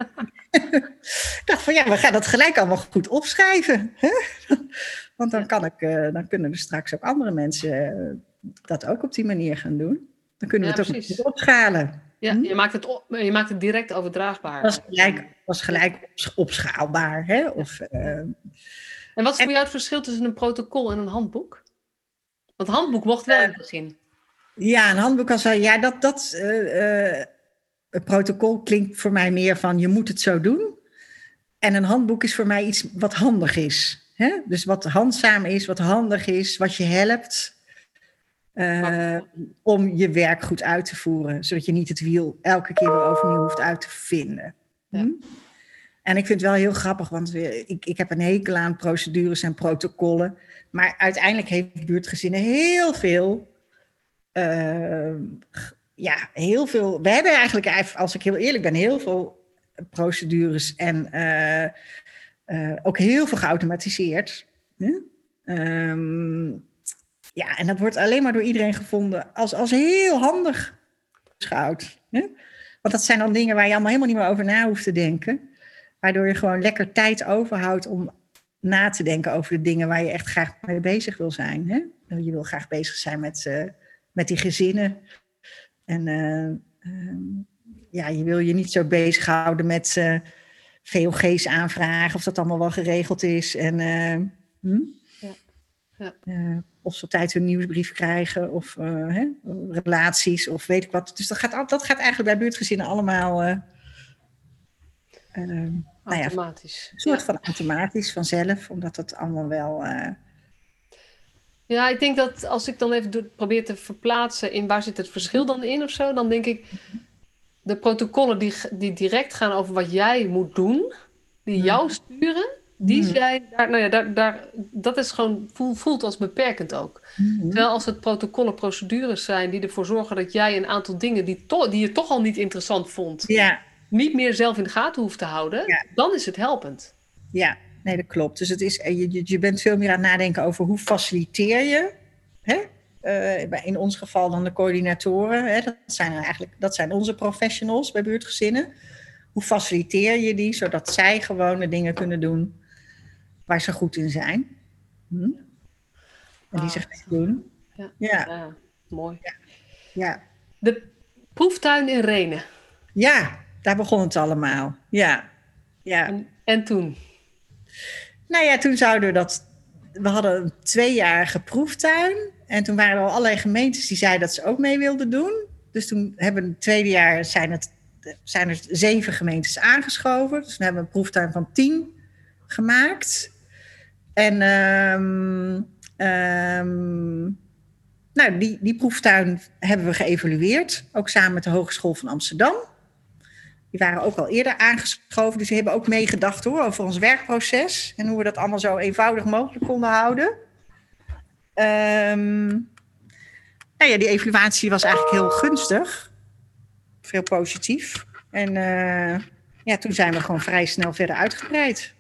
ik dacht van, ja, we gaan dat gelijk allemaal goed opschrijven. Hè? Want dan, kan ik, uh, dan kunnen er straks ook andere mensen uh, dat ook op die manier gaan doen. Dan kunnen we ja, het ook goed opschalen. Ja, je maakt het, op, je maakt het direct overdraagbaar. Was gelijk, was gelijk opschaalbaar. Hè? Of, uh, en wat is voor jou het verschil tussen een protocol en een handboek? Want handboek mocht wel uh, in het begin. Ja, een handboek als ja, dat, dat uh, uh, een protocol klinkt voor mij meer van je moet het zo doen. En een handboek is voor mij iets wat handig is. Hè? Dus wat handzaam is, wat handig is, wat je helpt. Uh, om je werk goed uit te voeren. Zodat je niet het wiel elke keer weer overnieuw hoeft uit te vinden. Ja. Hm? En ik vind het wel heel grappig, want we, ik, ik heb een hekel aan procedures en protocollen. Maar uiteindelijk heeft buurtgezinnen heel veel... Uh, ja, heel veel... We hebben eigenlijk, als ik heel eerlijk ben, heel veel procedures en uh, uh, ook heel veel geautomatiseerd. Hm? Um, Ja, en dat wordt alleen maar door iedereen gevonden als, als heel handig beschouwd. Hè? Want dat zijn dan dingen waar je allemaal helemaal niet meer over na hoeft te denken. Waardoor je gewoon lekker tijd overhoudt om na te denken over de dingen waar je echt graag mee bezig wil zijn. Hè? Je wil graag bezig zijn met, uh, met die gezinnen. En uh, uh, ja, je wil je niet zo bezighouden met uh, V O G's aanvragen of dat allemaal wel geregeld is. En... Uh, hm? Ja. Uh, of ze op tijd hun nieuwsbrief krijgen, of uh, hè, relaties, of weet ik wat. Dus dat gaat, dat gaat eigenlijk bij buurtgezinnen allemaal... Uh, uh, automatisch. Nou ja, een soort ja. van automatisch, vanzelf, omdat het allemaal wel... Uh... Ja, ik denk dat als ik dan even probeer te verplaatsen in waar zit het verschil dan in of zo, dan denk ik, de protocollen die, die direct gaan over wat jij moet doen, die jou sturen... Die zijn, daar, nou ja, daar, daar, dat is gewoon, voel, voelt als beperkend ook. Mm-hmm. Terwijl als het protocollen, procedures zijn die ervoor zorgen dat jij een aantal dingen die, to, die je toch al niet interessant vond, ja. niet meer zelf in de gaten hoeft te houden, ja. dan is het helpend. Ja, nee, dat klopt. Dus het is, je, je bent veel meer aan het nadenken over hoe faciliteer je, hè? Uh, in ons geval dan de coördinatoren, hè? Dat zijn eigenlijk, dat zijn onze professionals bij buurtgezinnen. Hoe faciliteer je die, zodat zij gewoon de dingen kunnen doen waar ze goed in zijn. Hm? En die ah, ze gaan doen. Ja, ja. ja mooi. Ja. Ja. De proeftuin in Rhenen. Ja, daar begon het allemaal. Ja. Ja. En, en toen? Nou ja, toen zouden we dat... We hadden een tweejarige proeftuin. En toen waren er al allerlei gemeentes die zeiden dat ze ook mee wilden doen. Dus toen hebben we het tweede jaar zijn, het, zijn er zeven gemeentes aangeschoven. Dus we hebben een proeftuin van tien gemaakt. En um, um, nou, die, die proeftuin hebben we geëvalueerd. Ook samen met de Hogeschool van Amsterdam. Die waren ook al eerder aangeschoven. Dus die hebben ook meegedacht hoor, over ons werkproces. En hoe we dat allemaal zo eenvoudig mogelijk konden houden. Um, nou ja, die evaluatie was eigenlijk heel gunstig. Veel positief. En uh, ja, toen zijn we gewoon vrij snel verder uitgebreid.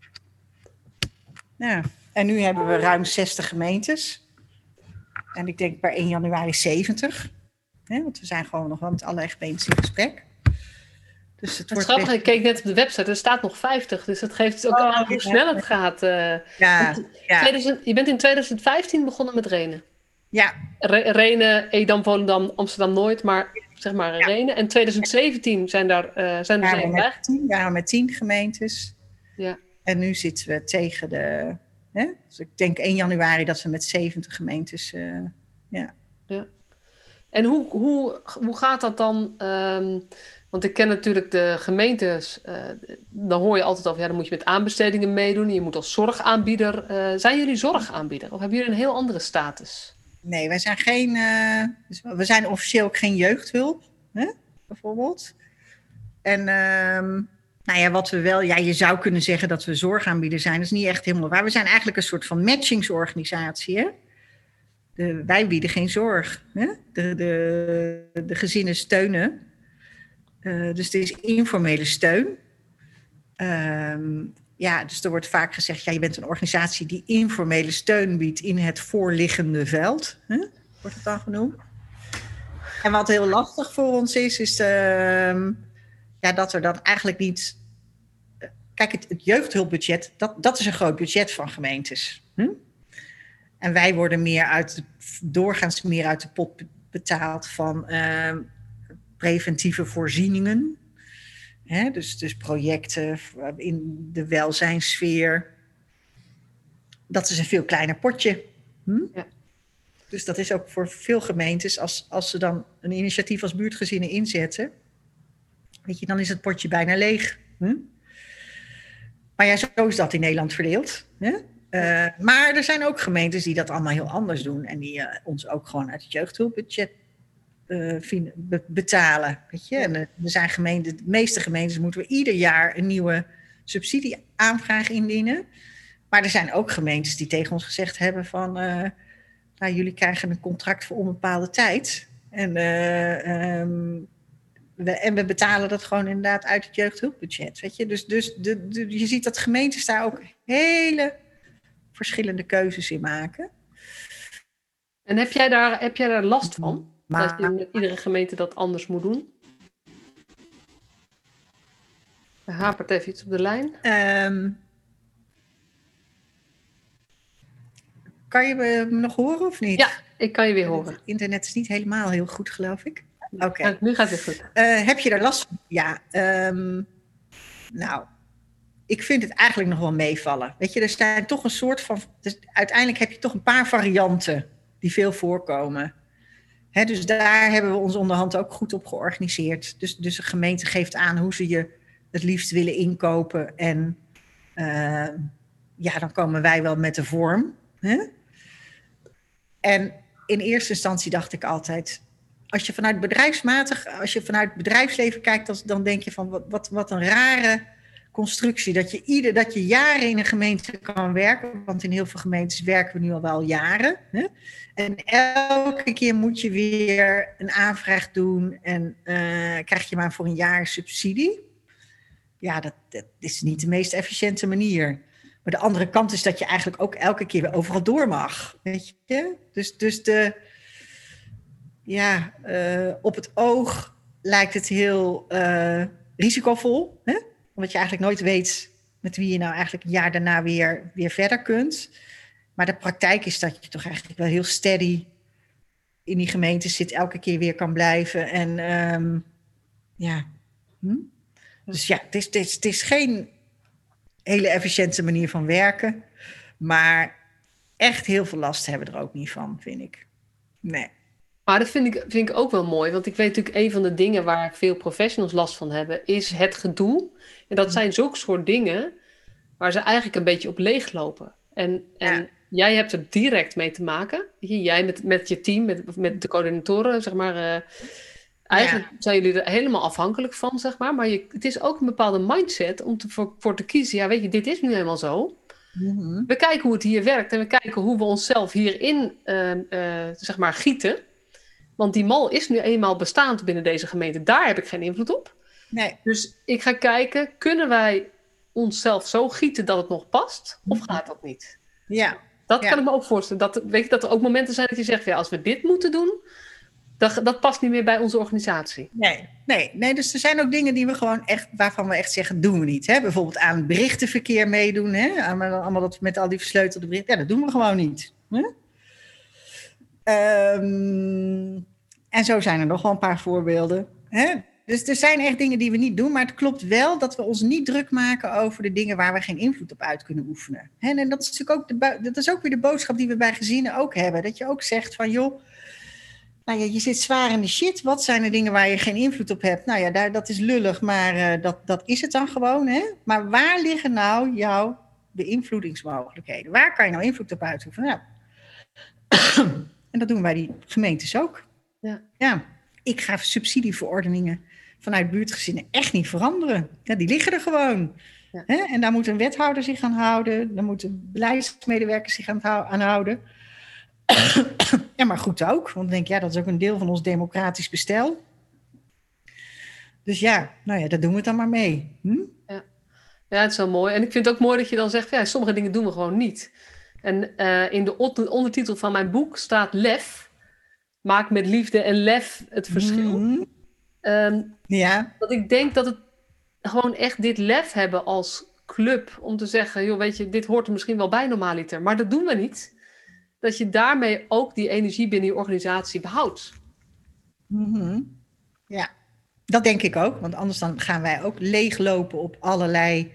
Ja, en nu hebben we ruim zestig gemeentes. En ik denk per één januari zeventig. Hè, want we zijn gewoon nog wel met allerlei gemeentes in gesprek. Dus het het wordt grappig, best... ik keek net op de website, er staat nog vijftig. Dus dat geeft ook oh, aan hoe snel ja. het gaat. Uh, ja, ja. tweeduizend, je bent in tweeduizend vijftien begonnen met Rhenen. Ja. Re- Rhenen, Edam, Volendam, Amsterdam nooit, maar zeg maar ja. Rhenen. En tweeduizend zeventien zijn daar uh, zijn er ja, zeven bij. Ja, met tien gemeentes. Ja. En nu zitten we tegen de... Hè? Dus ik denk één januari dat we met zeventig gemeentes... Uh, ja. ja. En hoe, hoe, hoe gaat dat dan? Um, want ik ken natuurlijk de gemeentes. Uh, dan hoor je altijd over, ja, dan moet je met aanbestedingen meedoen. Je moet als zorgaanbieder. Uh, zijn jullie zorgaanbieder? Of hebben jullie een heel andere status? Nee, wij zijn geen... Uh, dus we zijn officieel ook geen jeugdhulp, hè? Bijvoorbeeld. En uh, nou ja, wat we wel... Ja, je zou kunnen zeggen dat we zorgaanbieder zijn. Dat is niet echt helemaal waar. We zijn eigenlijk een soort van matchingsorganisatie, hè? De, wij bieden geen zorg. Hè? De, de, de gezinnen steunen. Uh, dus het is informele steun. Uh, ja, dus er wordt vaak gezegd... ja, je bent een organisatie die informele steun biedt... in het voorliggende veld. Hè? Wordt het dan genoemd. En wat heel lastig voor ons is... is de, ja, dat er dan eigenlijk niet... Kijk, het, het jeugdhulpbudget... Dat, dat is een groot budget van gemeentes. Hm? En wij worden meer uit de, doorgaans meer uit de pot betaald van uh, preventieve voorzieningen. Hè, dus, dus projecten in de welzijnssfeer. Dat is een veel kleiner potje. Hm? Ja. Dus dat is ook voor veel gemeentes, als, als ze dan een initiatief als buurtgezinnen inzetten, weet je, dan is het potje bijna leeg. Hm? Maar ja, zo is dat in Nederland verdeeld. Hè? Uh, maar er zijn ook gemeentes die dat allemaal heel anders doen. En die uh, ons ook gewoon uit het jeugdhulpbudget uh, be- betalen. Weet je? En uh, er zijn gemeenten, de meeste gemeentes moeten we ieder jaar een nieuwe subsidieaanvraag indienen. Maar er zijn ook gemeentes die tegen ons gezegd hebben van... Uh, nou, jullie krijgen een contract voor onbepaalde tijd. En, uh, um, we, en we betalen dat gewoon inderdaad uit het jeugdhulpbudget. Weet je? Dus, dus de, de, je ziet dat gemeentes daar ook hele... verschillende keuzes in maken. En heb jij daar, heb jij daar last van? Maar, dat je met iedere gemeente dat anders moet doen? Er hapert even iets op de lijn. Um, kan je me nog horen of niet? Ja, ik kan je weer horen. Het internet is niet helemaal heel goed, geloof ik. Oké. Okay. Nu gaat het weer goed. Uh, heb je daar last van? Ja. Um, nou... Ik vind het eigenlijk nog wel meevallen. Weet je, er zijn toch een soort van... Dus uiteindelijk heb je toch een paar varianten die veel voorkomen. Hè, dus daar hebben we ons onderhand ook goed op georganiseerd. Dus, dus de gemeente geeft aan hoe ze je het liefst willen inkopen. En uh, ja, dan komen wij wel met de vorm. Hè? En in eerste instantie dacht ik altijd... Als je vanuit bedrijfsmatig, als je vanuit het bedrijfsleven kijkt... dan denk je van wat, wat, wat een rare... constructie, dat je, ieder, dat je jaren in een gemeente kan werken. Want in heel veel gemeentes werken we nu al wel jaren. Hè? En elke keer moet je weer een aanvraag doen en uh, krijg je maar voor een jaar subsidie. Ja, dat, dat is niet de meest efficiënte manier. Maar de andere kant is dat je eigenlijk ook elke keer weer overal door mag. Weet je? Dus, dus de, ja, uh, op het oog lijkt het heel uh, risicovol, hè? Omdat je eigenlijk nooit weet met wie je nou eigenlijk een jaar daarna weer, weer verder kunt. Maar de praktijk is dat je toch eigenlijk wel heel steady in die gemeente zit, elke keer weer kan blijven. En um, ja, hm? Dus ja, het is, het, is, het is geen hele efficiënte manier van werken. Maar echt heel veel last hebben we er ook niet van, vind ik. Nee. Maar dat vind ik, vind ik ook wel mooi. Want ik weet natuurlijk, een van de dingen waar veel professionals last van hebben, is het gedoe. En dat zijn zulke soort dingen waar ze eigenlijk een beetje op leeglopen. En, en ja. Jij hebt er direct mee te maken. Jij met, met je team, met, met de coördinatoren, zeg maar. Uh, eigenlijk ja. zijn jullie er helemaal afhankelijk van, zeg maar. Maar je, het is ook een bepaalde mindset om te, voor, voor te kiezen. Ja, weet je, dit is nu helemaal zo. Mm-hmm. We kijken hoe het hier werkt en we kijken hoe we onszelf hierin uh, uh, zeg maar gieten. Want die mal is nu eenmaal bestaand binnen deze gemeente. Daar heb ik geen invloed op. Nee. Dus ik ga kijken, kunnen wij onszelf zo gieten dat het nog past? Of gaat dat niet? Ja. Dat ja. kan ik me ook voorstellen. Dat, weet je, dat er ook momenten zijn dat je zegt, ja, als we dit moeten doen, dat, dat past niet meer bij onze organisatie. Nee, nee, nee, dus er zijn ook dingen die we gewoon echt, waarvan we echt zeggen, doen we niet. Hè? Bijvoorbeeld aan berichtenverkeer meedoen. Hè? Allemaal dat met al die versleutelde berichten. Ja, dat doen we gewoon niet. Hè? Um, en zo zijn er nog wel een paar voorbeelden. Hè? Dus er zijn echt dingen die we niet doen, maar het klopt wel dat we ons niet druk maken over de dingen waar we geen invloed op uit kunnen oefenen. Hè? En dat is natuurlijk ook, de, dat is ook weer de boodschap die we bij gezinnen ook hebben. Dat je ook zegt van, joh, nou ja, je zit zwaar in de shit. Wat zijn de dingen waar je geen invloed op hebt? Nou ja, daar, dat is lullig, maar uh, dat, dat is het dan gewoon. Hè? Maar waar liggen nou jouw beïnvloedingsmogelijkheden? Waar kan je nou invloed op uitoefenen? Nou, en dat doen we bij die gemeentes ook. Ja. Ja, ik ga subsidieverordeningen vanuit buurtgezinnen echt niet veranderen. Ja, die liggen er gewoon. Ja. Hè? En daar moet een wethouder zich aan houden. Daar moeten beleidsmedewerkers zich aan, aan houden. Ja, maar goed ook. Want ik denk, ja, dat is ook een deel van ons democratisch bestel. Dus ja, nou ja, daar doen we het dan maar mee. Hm? Ja. Ja, het is wel mooi. En ik vind het ook mooi dat je dan zegt, ja, sommige dingen doen we gewoon niet. En uh, in de ondertitel van mijn boek staat lef. Maak met liefde en lef het verschil. Mm-hmm. Um, ja. Dat ik denk dat het gewoon echt dit lef hebben als club. Om te zeggen, joh, weet je, dit hoort er misschien wel bij normaliter. Maar dat doen we niet. Dat je daarmee ook die energie binnen je organisatie behoudt. Mm-hmm. Ja, dat denk ik ook. Want anders dan gaan wij ook leeglopen op allerlei,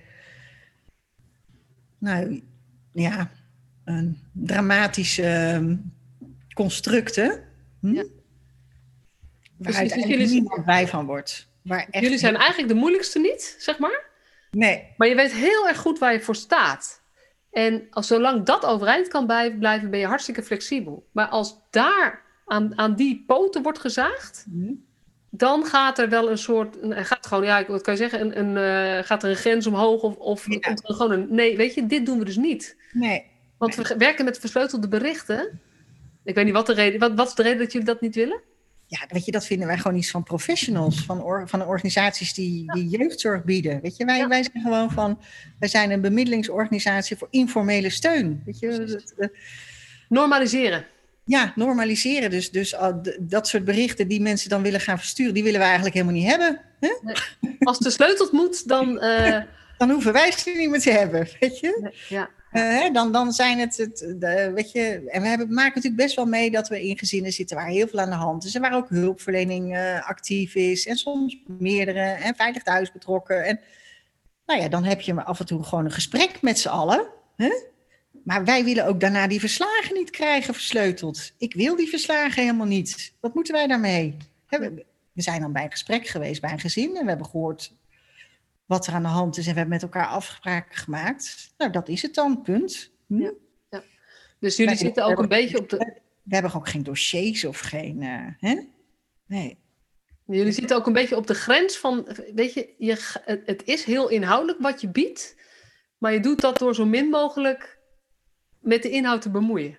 nou ja, een dramatische constructen. Hm? Ja. Waar dus, uiteindelijk dus niemand blij van wordt. Waar echt jullie zijn eigenlijk de moeilijkste niet, zeg maar? Nee. Maar je weet heel erg goed waar je voor staat. En als, zolang dat overeind kan blijven, ben je hartstikke flexibel. Maar als daar aan, aan die poten wordt gezaagd, mm. dan gaat er wel een soort, een, gaat gewoon, ja, wat kan je zeggen, een, een, uh, gaat er een grens omhoog of, of ja. komt er gewoon een, nee, weet je, dit doen we dus niet. Nee. Want nee. we werken met versleutelde berichten. Ik weet niet wat de reden, wat, wat is de reden dat jullie dat niet willen? Ja, weet je, dat vinden wij gewoon iets van professionals, van, or, van organisaties die, ja. die jeugdzorg bieden. Weet je, wij, ja. wij zijn gewoon van, wij zijn een bemiddelingsorganisatie voor informele steun. Weet je, dat, uh, normaliseren. Ja, normaliseren. Dus, dus uh, d- dat soort berichten die mensen dan willen gaan versturen, die willen wij eigenlijk helemaal niet hebben. Hè? Nee. Als het versleuteld moet, dan... Uh... dan hoeven wij ze niet meer te hebben, weet je. Nee, ja. Uh, hè, dan, dan zijn het, het de, weet je, en we hebben, maken natuurlijk best wel mee dat we in gezinnen zitten waar heel veel aan de hand is en waar ook hulpverlening uh, actief is en soms meerdere en veilig thuis betrokken. En nou ja, dan heb je af en toe gewoon een gesprek met z'n allen. Hè? Maar wij willen ook daarna die verslagen niet krijgen versleuteld. Ik wil die verslagen helemaal niet. Wat moeten wij daarmee? Hè, we, we zijn dan bij een gesprek geweest bij een gezin en we hebben gehoord wat er aan de hand is en we hebben met elkaar afspraken gemaakt. Nou, dat is het dan, punt. Hm? Ja, ja. Dus jullie wij zitten ook een beetje op de... We hebben ook geen dossiers of geen... Uh, hè? Nee. Jullie zitten ook een beetje op de grens van... Weet je, je, het is heel inhoudelijk wat je biedt, maar je doet dat door zo min mogelijk met de inhoud te bemoeien.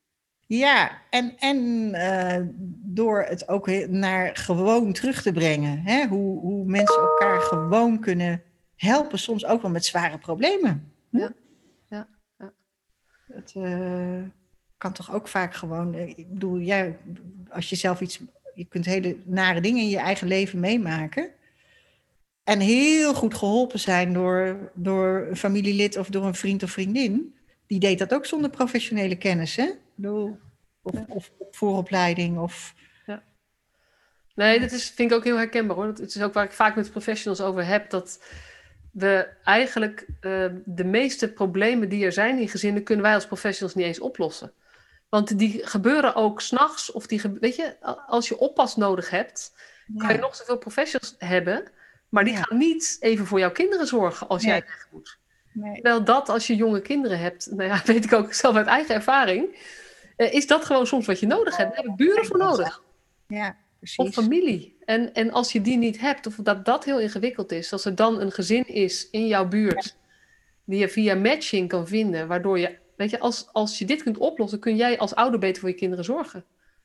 Ja, en, en uh, door het ook naar gewoon terug te brengen. Hè? Hoe, hoe mensen elkaar gewoon kunnen helpen, soms ook wel met zware problemen. Hm? Ja, ja, ja. Het uh, kan toch ook vaak gewoon... Ik bedoel, jij, als je zelf iets... Je kunt hele nare dingen in je eigen leven meemaken. En heel goed geholpen zijn door, door een familielid of door een vriend of vriendin. Die deed dat ook zonder professionele kennis, hè? Ik bedoel, of, ja. of, of vooropleiding of... Ja. Nee, dat is, vind ik ook heel herkenbaar, hoor. Het is ook waar ik vaak met professionals over heb, dat we eigenlijk uh, de meeste problemen die er zijn in gezinnen kunnen wij als professionals niet eens oplossen. Want die gebeuren ook 's nachts, of die, weet je, als je oppas nodig hebt, ja. kan je nog zoveel professionals hebben, maar die ja. gaan niet even voor jouw kinderen zorgen als nee. jij weg moet. Nee. Terwijl dat, als je jonge kinderen hebt, nou ja, weet ik ook zelf uit eigen ervaring, uh, is dat gewoon soms wat je nodig hebt. Daar hebben buren voor nodig. Ja, precies. Of familie. En, en als je die niet hebt, of dat dat heel ingewikkeld is, als er dan een gezin is in jouw buurt, ja. die je via matching kan vinden, waardoor je, weet je, als, als je dit kunt oplossen, kun jij als ouder beter voor je kinderen zorgen.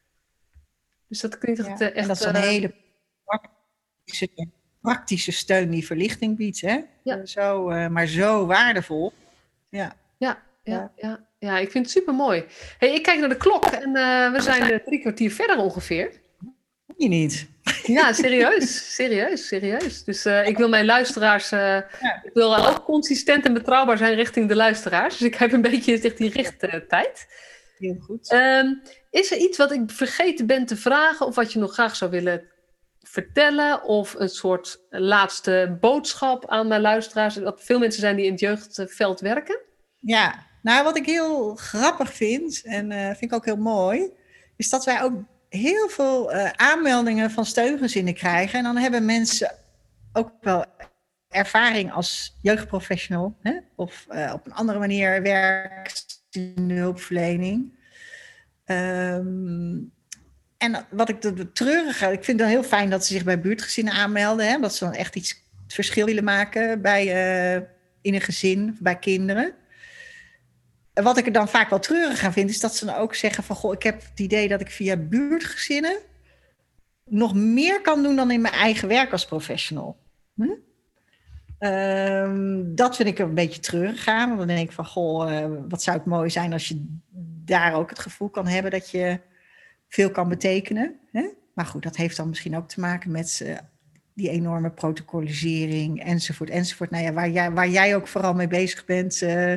Dus dat klinkt echt... Ja, echt en dat is een uh, hele praktische, praktische steun die verlichting biedt, hè? Ja. Zo, uh, maar zo waardevol. Ja. Ja, ja, ja. ja, ja, ik vind het super mooi. Hey, ik kijk naar de klok en uh, we zijn uh, drie kwartier verder ongeveer. Je niet. Ja, serieus, serieus, serieus. Dus uh, ik wil mijn luisteraars, uh, ja. ik wil uh, ook consistent en betrouwbaar zijn richting de luisteraars. Dus ik heb een beetje zeg, die richttijd. Heel goed. Um, is er iets wat ik vergeten ben te vragen of wat je nog graag zou willen vertellen of een soort laatste boodschap aan mijn luisteraars? Dat veel mensen zijn die in het jeugdveld werken. Ja, nou wat ik heel grappig vind en uh, vind ik ook heel mooi, is dat wij ook heel veel uh, aanmeldingen van steungezinnen krijgen. En dan hebben mensen ook wel ervaring als jeugdprofessional, hè? Of uh, op een andere manier werkt in de hulpverlening. Um, en wat ik de treurige, ik vind het heel fijn dat ze zich bij buurtgezinnen aanmelden, hè? Dat ze dan echt iets het verschil willen maken bij, uh, in een gezin, bij kinderen. En wat ik er dan vaak wel treurig aan vind, is dat ze dan ook zeggen van, goh, ik heb het idee dat ik via buurtgezinnen nog meer kan doen dan in mijn eigen werk als professional. Hm? Um, dat vind ik een beetje treurig aan. Want dan denk ik van, goh, uh, wat zou het mooi zijn als je daar ook het gevoel kan hebben dat je veel kan betekenen. Hè? Maar goed, dat heeft dan misschien ook te maken met uh, die enorme protocolisering enzovoort, enzovoort. Nou ja, waar jij, waar jij ook vooral mee bezig bent. Uh,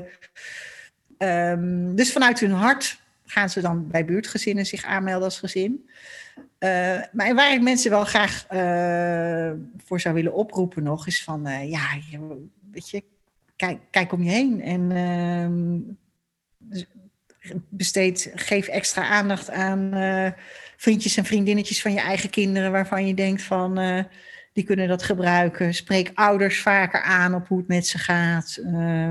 um, dus vanuit hun hart gaan ze dan bij buurtgezinnen zich aanmelden als gezin. Uh, maar waar ik mensen wel graag uh, voor zou willen oproepen nog, is van, uh, ja, weet je, kijk, kijk om je heen en uh, besteed, geef extra aandacht aan uh, vriendjes en vriendinnetjes van je eigen kinderen, waarvan je denkt van, uh, die kunnen dat gebruiken. Spreek ouders vaker aan op hoe het met ze gaat. Uh,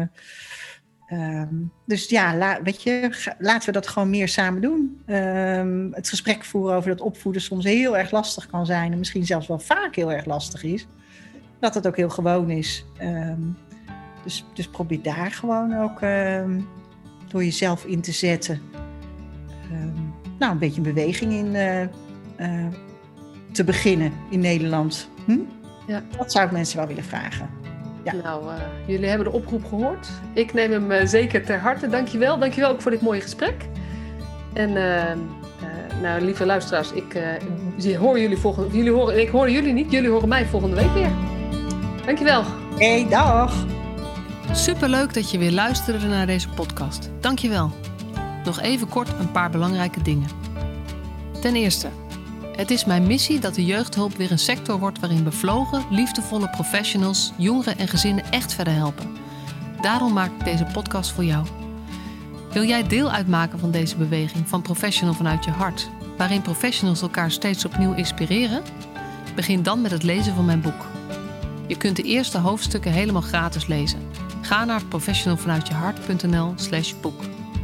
Um, dus ja, la, weet je, ga, laten we dat gewoon meer samen doen. Um, het gesprek voeren over dat opvoeden soms heel erg lastig kan zijn. En misschien zelfs wel vaak heel erg lastig is. Dat het ook heel gewoon is. Um, dus, dus probeer daar gewoon ook um, door jezelf in te zetten. Um, nou, een beetje een beweging in uh, uh, te beginnen in Nederland. Hm? Ja. Dat zou ik mensen wel willen vragen. Ja. Nou, uh, jullie hebben de oproep gehoord. Ik neem hem uh, zeker ter harte. Dankjewel. Dankjewel ook voor dit mooie gesprek. En uh, uh, nou, lieve luisteraars, ik uh, hoor jullie volgende, jullie horen, ik hoor jullie niet, jullie horen mij volgende week weer. Dankjewel. Hey, dag. Superleuk dat je weer luisterde naar deze podcast. Dankjewel. Nog even kort een paar belangrijke dingen. Ten eerste, het is mijn missie dat de jeugdhulp weer een sector wordt waarin bevlogen, liefdevolle professionals, jongeren en gezinnen echt verder helpen. Daarom maak ik deze podcast voor jou. Wil jij deel uitmaken van deze beweging van Professional vanuit je hart, waarin professionals elkaar steeds opnieuw inspireren? Begin dan met het lezen van mijn boek. Je kunt de eerste hoofdstukken helemaal gratis lezen. Ga naar professionalvanuitjehart.nl slash boek.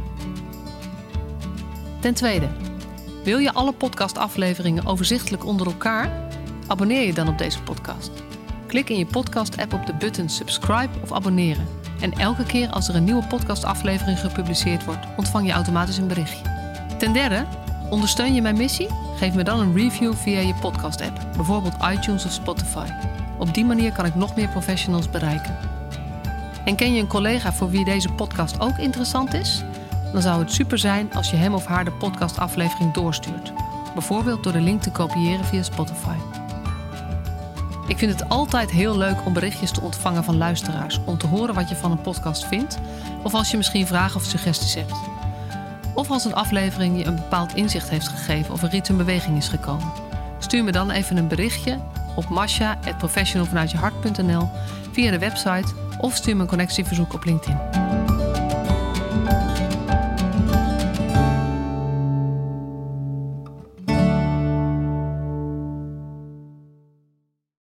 Ten tweede, wil je alle podcastafleveringen overzichtelijk onder elkaar? Abonneer je dan op deze podcast. Klik in je podcast-app op de button subscribe of abonneren. En elke keer als er een nieuwe podcastaflevering gepubliceerd wordt, ontvang je automatisch een berichtje. Ten derde, ondersteun je mijn missie? Geef me dan een review via je podcast-app, bijvoorbeeld iTunes of Spotify. Op die manier kan ik nog meer professionals bereiken. En ken je een collega voor wie deze podcast ook interessant is? Dan zou het super zijn als je hem of haar de podcastaflevering doorstuurt. Bijvoorbeeld door de link te kopiëren via Spotify. Ik vind het altijd heel leuk om berichtjes te ontvangen van luisteraars, om te horen wat je van een podcast vindt, of als je misschien vragen of suggesties hebt. Of als een aflevering je een bepaald inzicht heeft gegeven of er iets in beweging is gekomen. Stuur me dan even een berichtje op masha at professionalvanuitjehart punt n l via de website of stuur me een connectieverzoek op LinkedIn.